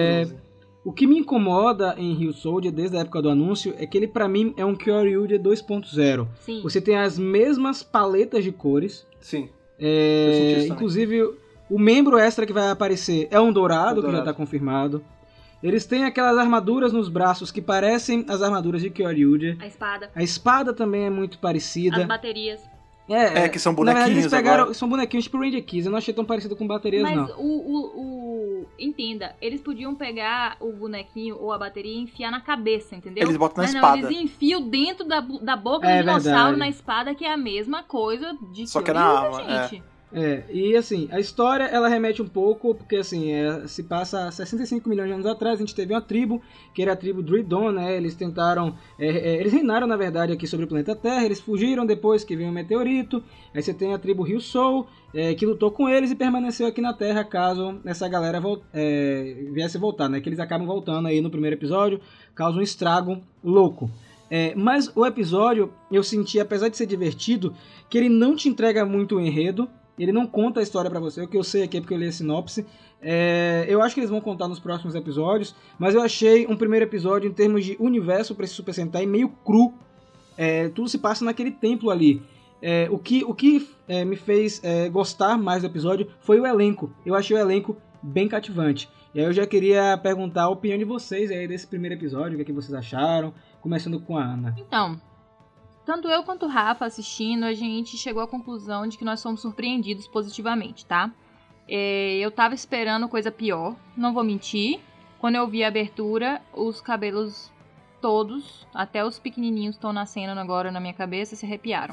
O que me incomoda em Rio Soldier, desde a época do anúncio, é que ele pra mim é um Kyoryuger 2.0. Sim. Você tem as mesmas paletas de cores. Sim. Inclusive, o membro extra que vai aparecer é um dourado, que já tá confirmado. Eles têm aquelas armaduras nos braços que parecem as armaduras de Kyoryuger. A espada. A espada também é muito parecida. As baterias. Que são bonequinhos. Na verdade, eles pegaram, agora. São bonequinhos tipo Ranger Keys. Eu não achei tão parecido com baterias, mas não. Entenda, eles podiam pegar o bonequinho ou a bateria e enfiar na cabeça, entendeu? Eles botam na mas espada. Não, eles enfiam dentro da boca do dinossauro verdade. Na espada, que é a mesma coisa de só que na arma, gente. E assim, a história ela remete um pouco, porque assim, se passa 65 milhões de anos atrás, a gente teve uma tribo, que era a tribo Dridon, né? Eles tentaram, eles reinaram na verdade aqui sobre o planeta Terra, eles fugiram depois que veio um meteorito, aí você tem a tribo Ryusou, que lutou com eles e permaneceu aqui na Terra caso essa galera viesse voltar, né? Que eles acabam voltando aí no primeiro episódio, causa um estrago louco. Mas o episódio, eu senti, apesar de ser divertido, que ele não te entrega muito o enredo. Ele não conta a história pra você, o que eu sei aqui é porque eu li a sinopse. Eu acho que eles vão contar nos próximos episódios, mas eu achei um primeiro episódio, em termos de universo pra esse Super Sentai, meio cru. Tudo se passa naquele templo ali. O que me fez gostar mais do episódio foi o elenco. Eu achei o elenco bem cativante. E aí eu já queria perguntar a opinião de vocês aí desse primeiro episódio, o que, é que vocês acharam, começando com a Ana. Então, tanto eu quanto o Rafa assistindo, a gente chegou à conclusão de que nós fomos surpreendidos positivamente, tá? Eu tava esperando coisa pior, não vou mentir. Quando eu vi a abertura, os cabelos todos, até os pequenininhos estão nascendo agora na minha cabeça, se arrepiaram.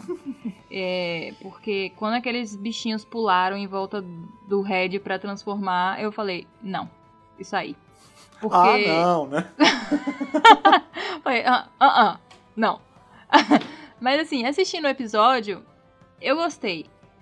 Porque quando aqueles bichinhos pularam em volta do Red pra transformar, eu falei, não, isso aí. Porque... não, né? Falei, não. Mas assim, assistindo o episódio, eu gostei.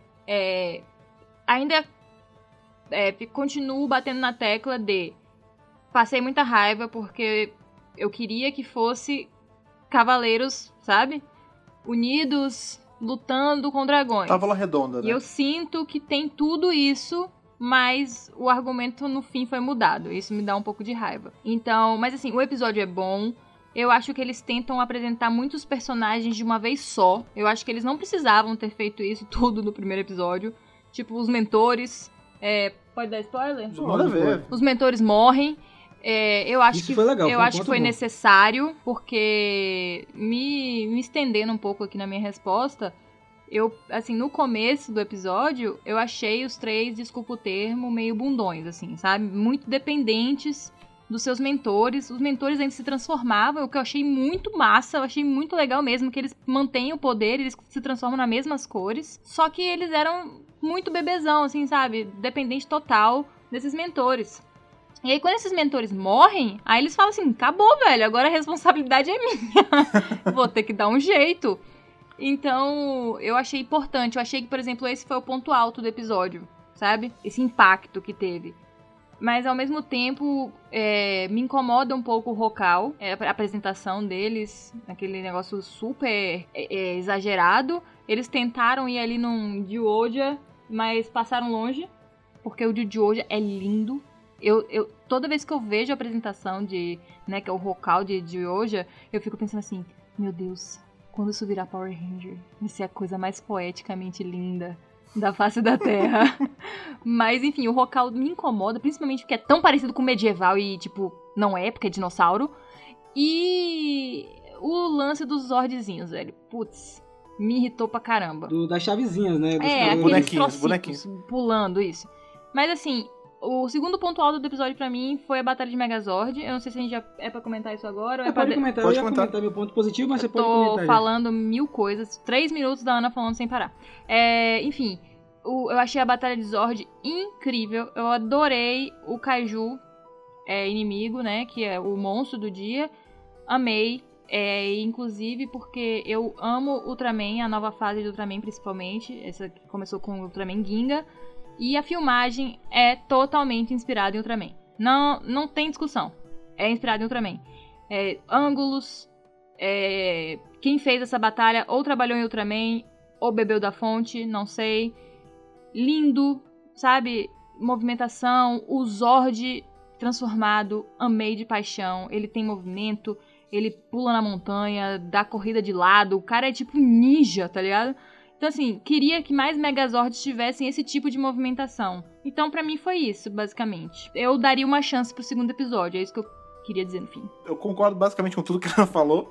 Ainda continuo batendo na tecla de... Passei muita raiva porque eu queria que fosse cavaleiros, sabe? Unidos, lutando com dragões. Távola redonda, né? E eu sinto que tem tudo isso, mas o argumento no fim foi mudado. Isso me dá um pouco de raiva. Então, mas assim, o episódio é bom. Eu acho que eles tentam apresentar muitos personagens de uma vez só. Eu acho que eles não precisavam ter feito isso tudo no primeiro episódio. Tipo, os mentores... pode dar spoiler? Pode ver. Os mentores morrem. Eu acho isso que foi legal, eu acho que foi necessário, porque me estendendo um pouco aqui na minha resposta, eu, assim, no começo do episódio, eu achei os 3, desculpa o termo, meio bundões, assim, sabe? Muito dependentes dos seus mentores. Os mentores ainda se transformavam, o que eu achei muito massa, eu achei muito legal mesmo, que eles mantêm o poder, eles se transformam nas mesmas cores, só que eles eram muito bebezão, assim, sabe? Dependente total desses mentores. E aí, quando esses mentores morrem, aí eles falam assim, acabou, velho, agora a responsabilidade é minha. Vou ter que dar um jeito. Então, eu achei importante. Eu achei que, por exemplo, esse foi o ponto alto do episódio, sabe? Esse impacto que teve. Mas, ao mesmo tempo, me incomoda um pouco o Hokal, a apresentação deles, aquele negócio super exagerado. Eles tentaram ir ali num Dioja, mas passaram longe, porque o de Dioja é lindo. Toda vez que eu vejo a apresentação de, né, que é o Hokal de Dioja, eu fico pensando assim, meu Deus, quando isso virar Power Ranger, vai ser a coisa mais poeticamente linda da face da Terra. Mas, enfim, o Hokal me incomoda, principalmente porque é tão parecido com o medieval e, tipo, não é, porque é dinossauro. E o lance dos Zordzinhos, velho. Putz, me irritou pra caramba. Das chavezinhas, né? Aqueles bonequinhos. Pulando, isso. Mas, assim, o segundo ponto alto do episódio pra mim foi a Batalha de Megazord. Eu não sei se a gente já é pra comentar isso agora. Ou pode comentar, eu ia comentar meu ponto positivo, mas você pode comentar. Tô falando mil coisas. 3 minutos da Ana falando sem parar. Enfim, eu achei a Batalha de Zord incrível. Eu adorei o Kaiju inimigo, né? Que é o monstro do dia. Amei. Inclusive porque eu amo Ultraman, a nova fase de Ultraman principalmente. Essa que começou com o Ultraman Ginga. E a filmagem é totalmente inspirada em Ultraman. Não tem discussão. É inspirada em Ultraman. Ângulos. Quem fez essa batalha ou trabalhou em Ultraman ou bebeu da fonte, não sei. Lindo, sabe? Movimentação. O Zord transformado. Amei de paixão. Ele tem movimento. Ele pula na montanha. Dá corrida de lado. O cara é tipo ninja, tá ligado? Então, assim, queria que mais Megazords tivessem esse tipo de movimentação. Então, pra mim, foi isso, basicamente. Eu daria uma chance pro segundo episódio, é isso que eu queria dizer no fim. Eu concordo basicamente com tudo que ela falou,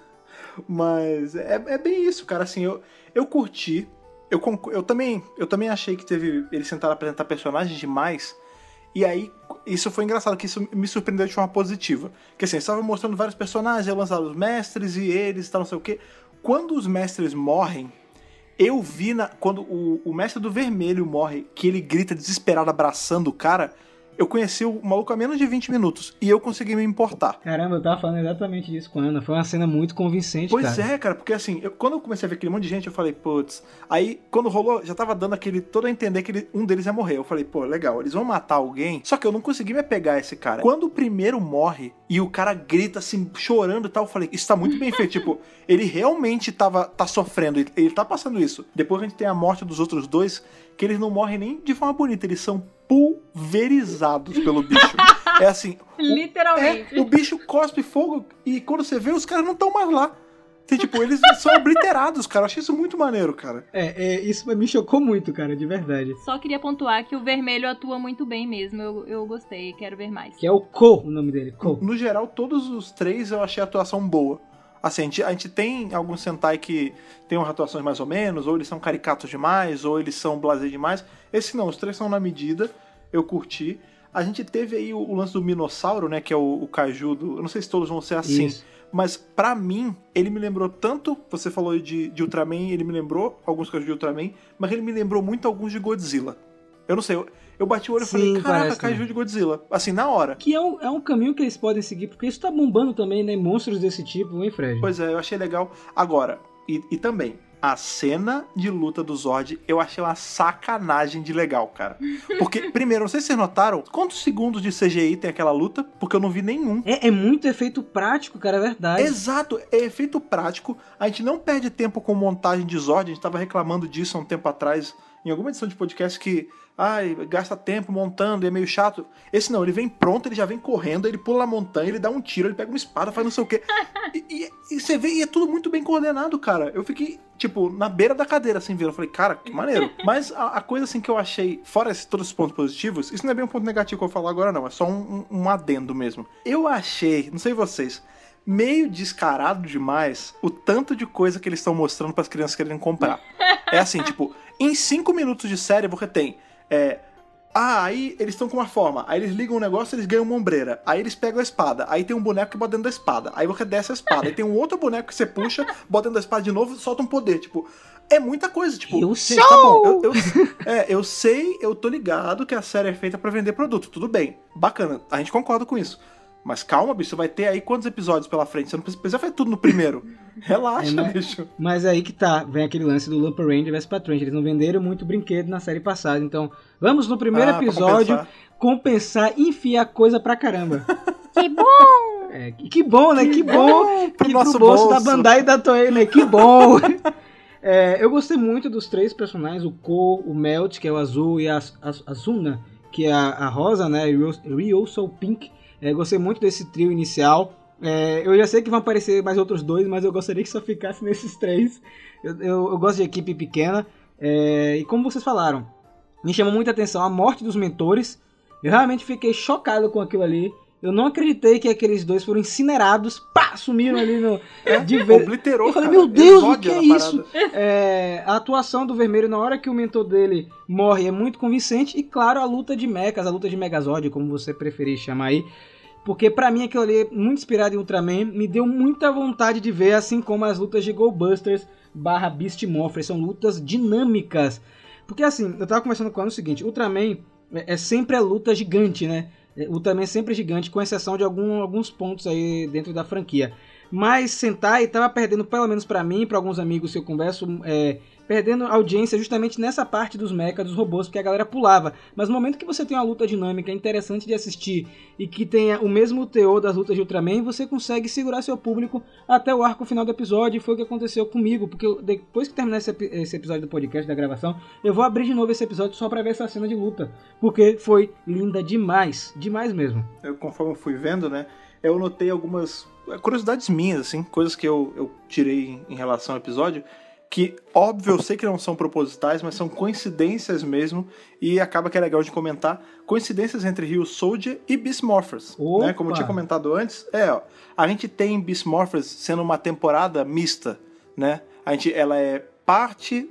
mas é bem isso, cara. Assim, eu curti, eu também achei que eles tentaram apresentar personagens demais, e aí, isso foi engraçado, que isso me surpreendeu de forma positiva. Porque, assim, eles estavam mostrando vários personagens, eu lançava os mestres e eles, tal, não sei o quê. Quando os mestres morrem, eu vi quando o mestre do vermelho morre, que ele grita desesperado abraçando o cara, eu conheci o maluco há menos de 20 minutos e eu consegui me importar. Caramba, eu tava falando exatamente disso com a Ana. Foi uma cena muito convincente, pois cara. Cara, porque assim, quando eu comecei a ver aquele monte de gente, eu falei, putz. Aí, quando rolou, já tava dando todo a entender que um deles ia morrer. Eu falei, pô, legal, eles vão matar alguém. Só que eu não consegui me apegar a esse cara. Quando o primeiro morre e o cara grita assim, chorando e tal, eu falei, isso tá muito bem feito. Tipo, ele realmente tá sofrendo, ele tá passando isso. Depois a gente tem a morte dos outros dois, que eles não morrem nem de forma bonita, eles são pulverizados pelo bicho. É assim... Literalmente. O bicho cospe fogo e quando você vê, os caras não estão mais lá. Tem, tipo, eles são obliterados, cara. Eu achei isso muito maneiro, cara. Isso me chocou muito, cara, de verdade. Só queria pontuar que o vermelho atua muito bem mesmo. Eu gostei, quero ver mais. Que é o Ko, o nome dele, Ko. No geral, todos os três eu achei a atuação boa. Assim, a gente tem alguns Sentai que tem umas atuações mais ou menos, ou eles são caricatos demais, ou eles são blasé demais. Esse não, os três são na medida, eu curti. A gente teve aí o lance do Minossauro, né, que é o Kaiju eu não sei se todos vão ser assim, isso. Mas pra mim, ele me lembrou tanto, você falou de Ultraman, ele me lembrou alguns Kaiju de Ultraman, mas ele me lembrou muito alguns de Godzilla. Eu não sei, eu bati o olho e falei, caraca, Kaiju de Godzilla. Assim, na hora. Que é um caminho que eles podem seguir, porque isso tá bombando também, né? Monstros desse tipo, hein, Fred? Pois é, eu achei legal. Agora, e também, a cena de luta do Zord, eu achei uma sacanagem de legal, cara. Porque, primeiro, não sei se vocês notaram, quantos segundos de CGI tem aquela luta? Porque eu não vi nenhum. É muito efeito prático, cara, é verdade. Exato, é efeito prático. A gente não perde tempo com montagem de Zord, a gente tava reclamando disso há um tempo atrás, em alguma edição de podcast que... gasta tempo montando e é meio chato. Esse não, ele vem pronto, ele já vem correndo, ele pula na montanha, ele dá um tiro, ele pega uma espada, faz não sei o quê. E você vê, e é tudo muito bem coordenado, cara. Eu fiquei, tipo, na beira da cadeira, assim, vendo. Eu falei, cara, que maneiro. Mas a coisa, assim, que eu achei, fora todos os pontos positivos, isso não é bem um ponto negativo que eu vou falar agora, não. É só um adendo mesmo. Eu achei, não sei vocês, meio descarado demais o tanto de coisa que eles estão mostrando para as crianças quererem comprar. É assim, tipo, em 5 minutos de série você tem... aí eles estão com uma forma, aí eles ligam um negócio, eles ganham uma ombreira, aí eles pegam a espada, aí tem um boneco que bota dentro da espada, aí você desce a espada, aí tem um outro boneco que você puxa, bota dentro da espada de novo e solta um poder, tipo, é muita coisa, tipo, gente, tá bom, eu sei, eu tô ligado que a série é feita pra vender produto, tudo bem, bacana, a gente concorda com isso, Mas calma, bicho, você vai ter aí quantos episódios pela frente? Você não precisa fazer tudo no primeiro. Relaxa, bicho. Mas aí que tá, vem aquele lance do Lumper Ranger vs Patrões. Eles não venderam muito brinquedo na série passada. Então, vamos no primeiro episódio compensar e enfiar coisa pra caramba. Que bom! Que bom, né? Que bom pro nosso bolso da Bandai e da Toei, né? Que bom! Eu gostei muito dos 3 personagens, o Ko, o Melt, que é o azul, e a Asuna, que é a rosa, né? Ryo Soul Pink. Gostei muito desse trio inicial. Eu já sei que vão aparecer mais outros 2, mas eu gostaria que só ficasse nesses 3. Eu gosto de equipe pequena. E como vocês falaram, me chamou muita atenção a morte dos mentores. Eu realmente fiquei chocado com aquilo ali. Eu não acreditei que aqueles 2 foram incinerados. Pá! Sumiram ali no... Obliterou, eu falei, meu Deus, o que é isso? A atuação do Vermelho na hora que o mentor dele morre é muito convincente. E claro, a luta de mechas, a luta de Megazord, como você preferir chamar aí. Porque pra mim aquilo ali, muito inspirado em Ultraman, me deu muita vontade de ver, assim como as lutas de Go Busters / Beast Morphers. São lutas dinâmicas. Porque assim, eu tava conversando com ela o seguinte, Ultraman sempre a luta gigante, né? Ultraman sempre é gigante, com exceção de alguns pontos aí dentro da franquia. Mas Sentai tava perdendo, pelo menos pra mim e pra alguns amigos que eu converso, perdendo audiência justamente nessa parte dos mechas, dos robôs, porque a galera pulava. Mas no momento que você tem uma luta dinâmica interessante de assistir e que tenha o mesmo teor das lutas de Ultraman, você consegue segurar seu público até o arco final do episódio. E foi o que aconteceu comigo, porque depois que terminar esse episódio do podcast, da gravação, eu vou abrir de novo esse episódio só pra ver essa cena de luta, porque foi linda demais, demais mesmo. Conforme eu fui vendo, né, eu notei algumas curiosidades minhas, assim, coisas que eu tirei em relação ao episódio, que, óbvio, eu sei que não são propositais, mas são coincidências mesmo, e acaba que é legal de comentar, coincidências entre Ryu Soldier e Beast Morphers, né? Como eu tinha comentado antes, a gente tem Beast Morphers sendo uma temporada mista, né? Ela é parte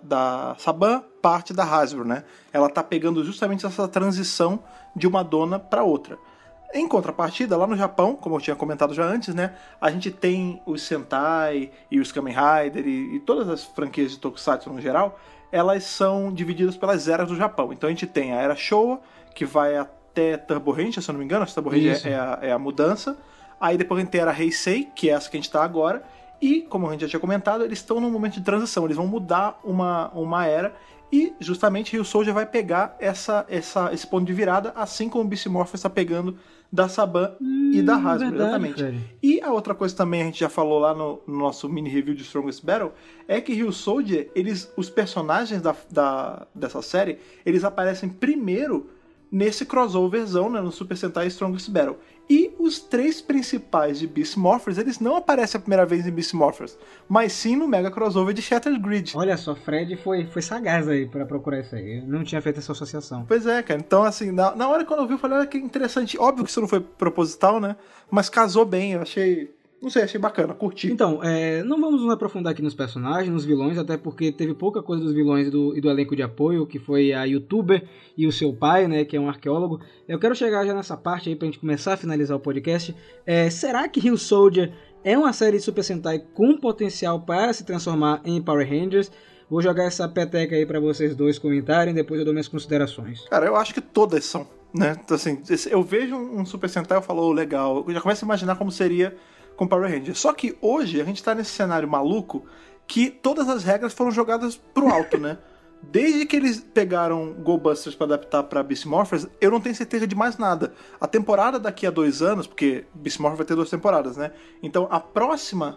da Saban, parte da Hasbro, né? Ela tá pegando justamente essa transição de uma dona para outra. Em contrapartida, lá no Japão, como eu tinha comentado já antes, né, a gente tem os Sentai e os Kamen Rider e todas as franquias de Tokusatsu no geral, elas são divididas pelas eras do Japão. Então a gente tem a Era Showa, que vai até Turbo Ranger, se eu não me engano, a Turbo Ranger é a mudança. Aí depois a gente tem a Era Heisei, que é essa que a gente está agora. E, como a gente já tinha comentado, eles estão num momento de transição, eles vão mudar uma era. E justamente Ryu Soldier vai pegar esse ponto de virada, assim como o Beast Morphers está pegando da Saban e da Hasbro, verdade, exatamente. Velho. E a outra coisa também, a gente já falou lá no nosso mini review de Strongest Battle, é que Ryu Soldier, os personagens dessa série, eles aparecem primeiro nesse crossoverzão, né, no Super Sentai Strongest Battle. E os 3 principais de Beast Morphers, eles não aparecem a primeira vez em Beast Morphers, mas sim no Mega Crossover de Shattered Grid. Olha só, Fred foi sagaz aí pra procurar isso aí. Eu não tinha feito essa associação. Pois é, cara. Então, assim, na hora que eu vi, eu falei, olha que interessante. Óbvio que isso não foi proposital, né? Mas casou bem, eu achei... Não sei, achei bacana, curti. Então, não vamos nos aprofundar aqui nos personagens, nos vilões, até porque teve pouca coisa dos vilões e do elenco de apoio, que foi a youtuber e o seu pai, né, que é um arqueólogo. Eu quero chegar já nessa parte aí pra gente começar a finalizar o podcast. Será que Ryu Soldier é uma série de Super Sentai com potencial para se transformar em Power Rangers? Vou jogar essa peteca aí pra vocês dois comentarem, depois eu dou minhas considerações. Cara, eu acho que todas são, né? Então, assim, eu vejo um Super Sentai e falo, legal. Eu já começo a imaginar como seria com Power Rangers. Só que hoje a gente tá nesse cenário maluco que todas as regras foram jogadas pro alto, né? Desde que eles pegaram Go Busters pra adaptar pra Beast Morphers, eu não tenho certeza de mais nada. A temporada daqui a 2 anos, porque Beast Morphers vai ter 2 temporadas, né? Então a próxima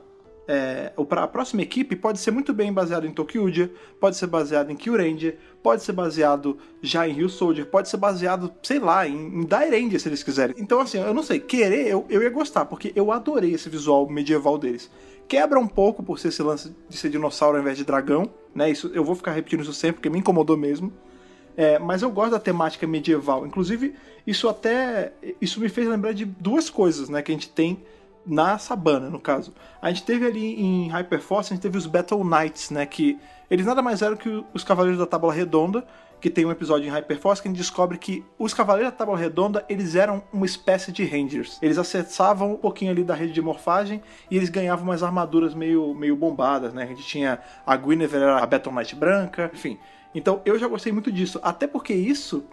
equipe pode ser muito bem baseada em Tokyuja, pode ser baseado em Kyuranger, pode ser baseado já em Ryu Soldier, pode ser baseado, sei lá, em Dairanger, se eles quiserem. Então, assim, eu não sei, eu ia gostar, porque eu adorei esse visual medieval deles. Quebra um pouco por ser esse lance de ser dinossauro ao invés de dragão, né? Isso, eu vou ficar repetindo isso sempre, porque me incomodou mesmo. Mas eu gosto da temática medieval. Inclusive, isso me fez lembrar de 2 coisas, né, que a gente tem na Sabana, no caso. A gente teve ali em Hyperforce, a gente teve os Battle Knights, né, que eles nada mais eram que os Cavaleiros da Tábua Redonda, que tem um episódio em Hyperforce que a gente descobre que os Cavaleiros da Tábua Redonda, eles eram uma espécie de Rangers. Eles acessavam um pouquinho ali da rede de morfagem e eles ganhavam umas armaduras meio bombadas, né? A gente tinha a Guinevere, a Battle Knight branca, enfim. Então eu já gostei muito disso, até porque isso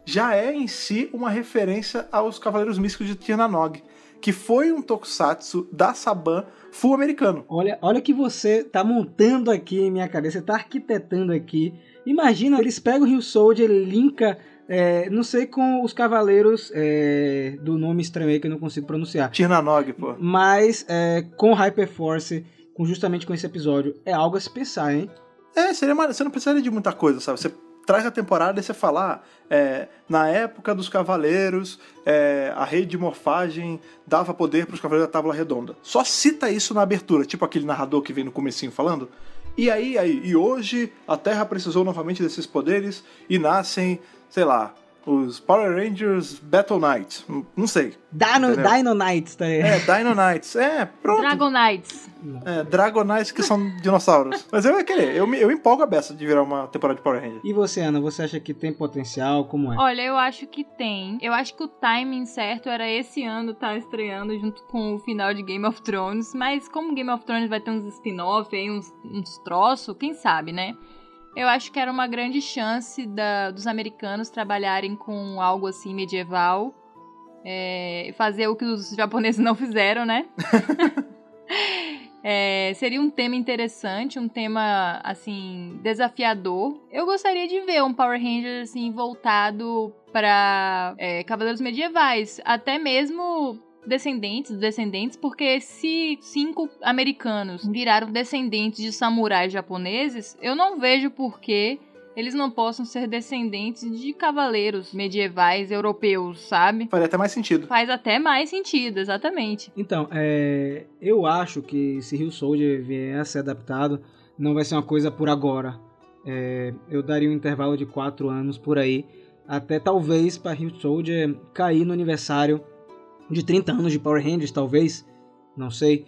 já é em si uma referência aos Cavaleiros Místicos de Tirnanog, que foi um tokusatsu da Saban full americano. Olha o que você tá montando aqui em minha cabeça, você tá arquitetando aqui. Imagina, eles pegam o Rio Soldier, ele linka, não sei, com os Cavaleiros do nome estranho aí que eu não consigo pronunciar. Tirnanog, pô. Mas com Hyperforce, justamente com esse episódio, é algo a se pensar, hein? Seria você não precisaria de muita coisa, sabe? Você traz a temporada e você fala, na época dos Cavaleiros, a rede de morfagem dava poder pros Cavaleiros da Távola Redonda. Só cita isso na abertura, tipo aquele narrador que vem no comecinho falando. E hoje a Terra precisou novamente desses poderes e nascem, sei lá, os Power Rangers Battle Knights. Não sei. Dino Knights, tá aí. Dino Knights. Pronto. Dragon Knights. Dragon Knights, que são dinossauros. Mas eu ia querer. Eu empolgo a beça de virar uma temporada de Power Rangers. E você, Ana, você acha que tem potencial? Como é? Olha, eu acho que tem. Eu acho que o timing certo era esse ano tá estreando junto com o final de Game of Thrones. Mas como Game of Thrones vai ter uns spin-off aí, uns troços, quem sabe, né? Eu acho que era uma grande chance dos americanos trabalharem com algo assim medieval. Fazer o que os japoneses não fizeram, né? Seria um tema interessante, um tema, assim, desafiador. Eu gostaria de ver um Power Rangers, assim, voltado para cavaleiros medievais. Até mesmo descendentes, porque se 5 americanos viraram descendentes de samurais japoneses, eu não vejo por que eles não possam ser descendentes de cavaleiros medievais europeus, sabe? Faria até mais sentido. Faz até mais sentido, exatamente. Então, eu acho que se Rio Soldier vier a ser adaptado, não vai ser uma coisa por agora. Eu daria um intervalo de 4 anos por aí, até talvez para Rio Soldier cair no aniversário de 30 anos de Power Rangers, talvez, não sei,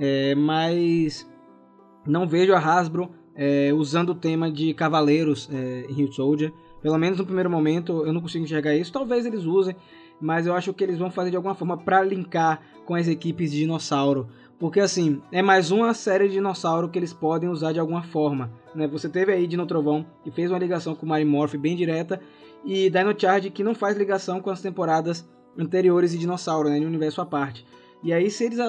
mas não vejo a Hasbro usando o tema de Cavaleiros em Rio Soldier. Pelo menos no primeiro momento eu não consigo enxergar isso. Talvez eles usem, mas eu acho que eles vão fazer de alguma forma para linkar com as equipes de dinossauro, porque assim, é mais uma série de dinossauro que eles podem usar de alguma forma, né? Você teve aí Dino Trovão, que fez uma ligação com o Mighty Morphin bem direta, e Dino Charge, que não faz ligação com as temporadas anteriores de dinossauro, né, em um universo à parte. E aí, se eles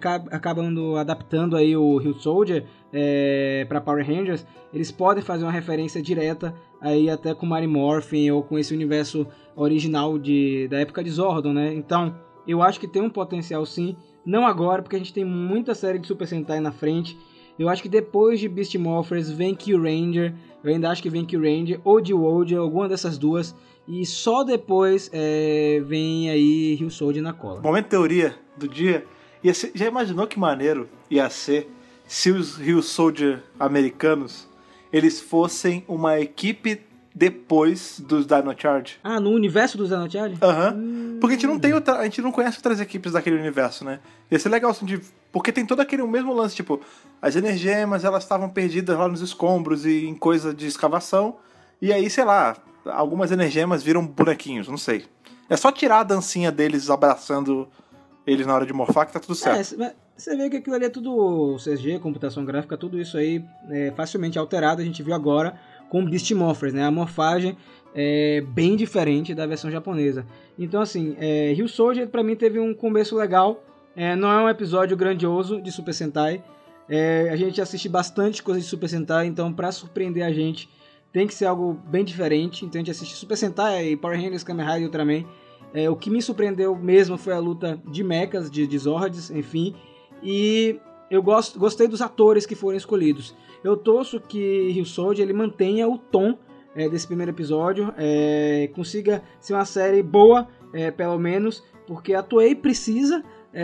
acabam adaptando aí o Rio Soldier para Power Rangers, eles podem fazer uma referência direta aí até com Mighty Morphin ou com esse universo original da época de Zordon, né? Então, eu acho que tem um potencial sim, não agora, porque a gente tem muita série de Super Sentai na frente. Eu acho que depois de Beast Morphers vem Kyuranger, eu ainda acho que vem Kyuranger ou Dio-Wolder, alguma dessas duas. E só depois vem aí Rio Soldier na cola. Momento teoria do dia. Já imaginou que maneiro ia ser se os Rio Soldier americanos eles fossem uma equipe depois dos Dino Charge? Ah, no universo dos Dino Charge? Aham. Porque a gente não conhece outras equipes daquele universo, né? Ia ser legal assim, porque tem todo aquele mesmo lance, tipo, as energemas, elas estavam perdidas lá nos escombros e em coisa de escavação. E aí, sei lá, algumas energemas viram bonequinhos, não sei. É só tirar a dancinha deles abraçando eles na hora de morfar que tá tudo certo. Você vê que aquilo ali é tudo CG, computação gráfica, tudo isso aí é facilmente alterado. A gente viu agora com Beast Morphers, né? A morfagem é bem diferente da versão japonesa. Então, assim, Rio Soldier pra mim teve um começo legal. Não é um episódio grandioso de Super Sentai. A gente assiste bastante coisa de Super Sentai, então pra surpreender a gente tem que ser algo bem diferente. Então a gente assiste Super Sentai, Power Rangers, Kamen Rider e Ultraman. O que me surpreendeu mesmo foi a luta de mechas, de Zords, enfim. E eu gostei dos atores que foram escolhidos. Eu torço que Rio Soldier ele mantenha o tom desse primeiro episódio, consiga ser uma série boa, pelo menos, porque a Toei precisa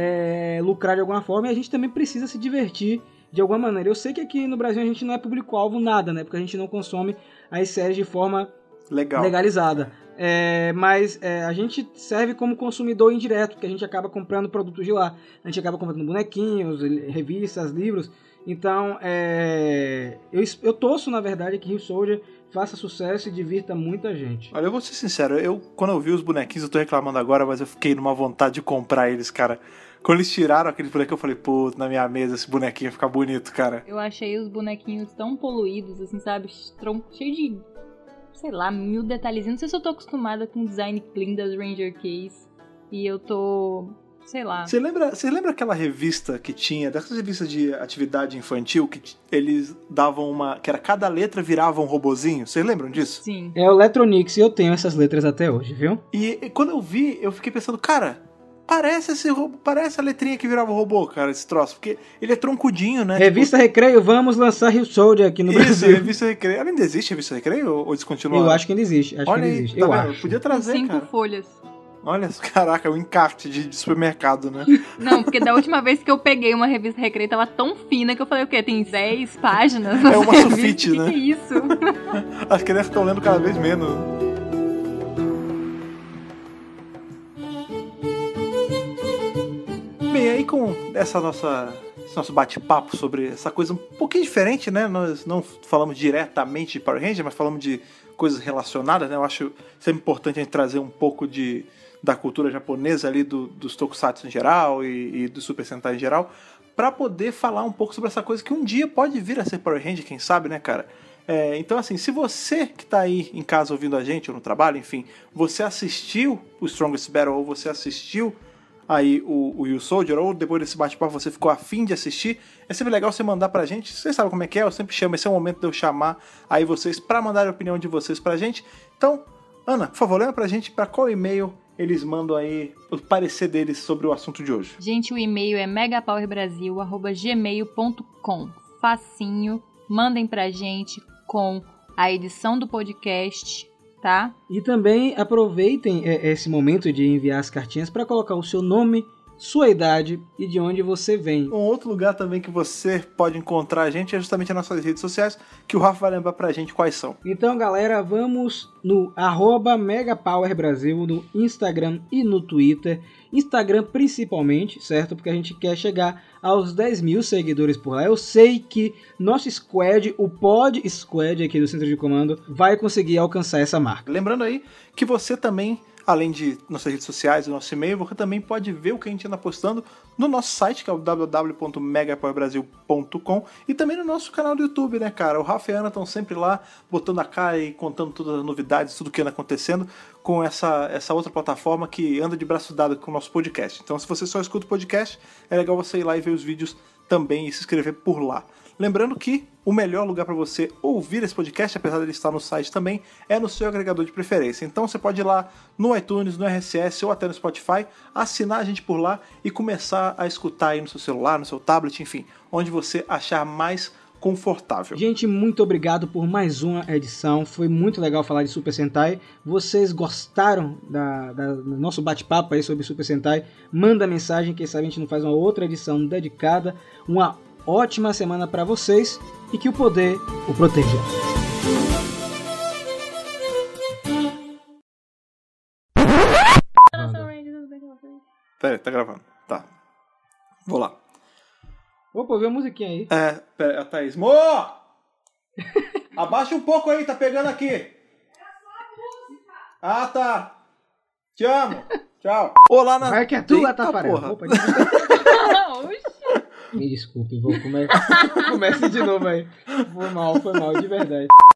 lucrar de alguma forma e a gente também precisa se divertir de alguma maneira. Eu sei que aqui no Brasil a gente não é público-alvo nada, né? Porque a gente não consome as séries de forma legalizada. Mas a gente serve como consumidor indireto, porque a gente acaba comprando produtos de lá. A gente acaba comprando bonequinhos, revistas, livros. Então, eu torço, na verdade, que Rio Soldier faça sucesso e divirta muita gente. Olha, eu vou ser sincero, quando eu vi os bonequinhos, eu tô reclamando agora, mas eu fiquei numa vontade de comprar eles, cara. Quando eles tiraram aquele bonequinho, eu falei, pô, na minha mesa esse bonequinho ia ficar bonito, cara. Eu achei os bonequinhos tão poluídos, assim, sabe? Cheio de sei lá, 1000 detalhezinhos. Não sei se eu tô acostumada com o design clean das Ranger Keys. E eu tô... sei lá. Você lembra aquela revista que tinha, dessas revistas de atividade infantil, que eles davam uma... que era cada letra virava um robozinho? Vocês lembram disso? Sim. É o Letronix, e eu tenho essas letras até hoje, viu? E quando eu vi, eu fiquei pensando, cara, parece a letrinha que virava o robô, cara, esse troço, porque ele é troncudinho, né? Revista Recreio, vamos lançar Rio Soldier aqui no Isso, Brasil. Revista Recreio. Ela ainda existe, Revista Recreio, ou descontinuou? Eu acho que ainda existe, Olha aí, existe. tá Eu vendo? acho. Podia trazer, 5 cara. folhas. Olha, caraca, o encarte de supermercado, né? Não, porque da última vez que eu peguei uma revista Recreio, tava tão fina que eu falei, o quê? Tem 10 páginas? É uma sulfite, né? Que é isso? As crianças estão lendo cada vez menos. Bem, aí com esse nosso bate-papo sobre essa coisa um pouquinho diferente, né? Nós não falamos diretamente de Power Ranger, mas falamos de coisas relacionadas, né? Eu acho sempre importante a gente trazer um pouco da cultura japonesa ali, dos tokusatsu em geral e do Super Sentai em geral, pra poder falar um pouco sobre essa coisa que um dia pode vir a ser Power Ranger, quem sabe, né, cara? Então, assim, se você que tá aí em casa ouvindo a gente, ou no trabalho, enfim, você assistiu o Strongest Battle, ou você assistiu aí o Yu Soldier, ou depois desse bate-papo você ficou afim de assistir, é sempre legal você mandar pra gente. Vocês sabem como é que é, eu sempre chamo, esse é o momento de eu chamar aí vocês pra mandar a opinião de vocês pra gente. Então, Ana, por favor, lembra pra gente pra qual e-mail eles mandam aí o parecer deles sobre o assunto de hoje. Gente, o e-mail é megapowerbrasil@gmail.com. Facinho, mandem pra gente com a edição do podcast, tá? E também aproveitem esse momento de enviar as cartinhas para colocar o seu nome, sua idade e de onde você vem. Um outro lugar também que você pode encontrar a gente é justamente nas nossas redes sociais, que o Rafa vai lembrar pra gente quais são. Então, galera, vamos no @megapowerbrasil no Instagram e no Twitter. Instagram principalmente, certo? Porque a gente quer chegar aos 10 mil seguidores por lá. Eu sei que nosso squad, o Pod Squad aqui do Centro de Comando, vai conseguir alcançar essa marca. Lembrando aí que você também, além de nossas redes sociais e nosso e-mail, você também pode ver o que a gente anda postando no nosso site, que é o www.megapowerbrasil.com, e também no nosso canal do YouTube, né, cara? O Rafa e a Ana estão sempre lá, botando a cara e contando todas as novidades, tudo que anda acontecendo com essa outra plataforma que anda de braço dado com o nosso podcast. Então, se você só escuta o podcast, é legal você ir lá e ver os vídeos também e se inscrever por lá. Lembrando que o melhor lugar para você ouvir esse podcast, apesar de ele estar no site também, é no seu agregador de preferência. Então você pode ir lá no iTunes, no RSS ou até no Spotify, assinar a gente por lá e começar a escutar aí no seu celular, no seu tablet, enfim, onde você achar mais confortável. Gente, muito obrigado por mais uma edição. Foi muito legal falar de Super Sentai. Vocês gostaram do nosso bate-papo aí sobre Super Sentai? Manda mensagem, quem sabe a gente não faz uma outra edição dedicada. Uma ótima semana para vocês e que o poder o proteja. Pera aí, tá gravando. Tá. Vou lá. Opa, ouvi a musiquinha aí. Pera, a Thaís. Mo! Abaixa um pouco aí, tá pegando aqui. É só a música. Ah, tá. Te amo. Tchau. Olá, na... Vai que é tu, Eita, Tafarel. porra. Opa, Oxi. me desculpe, vou começa de novo aí. Foi mal, de verdade.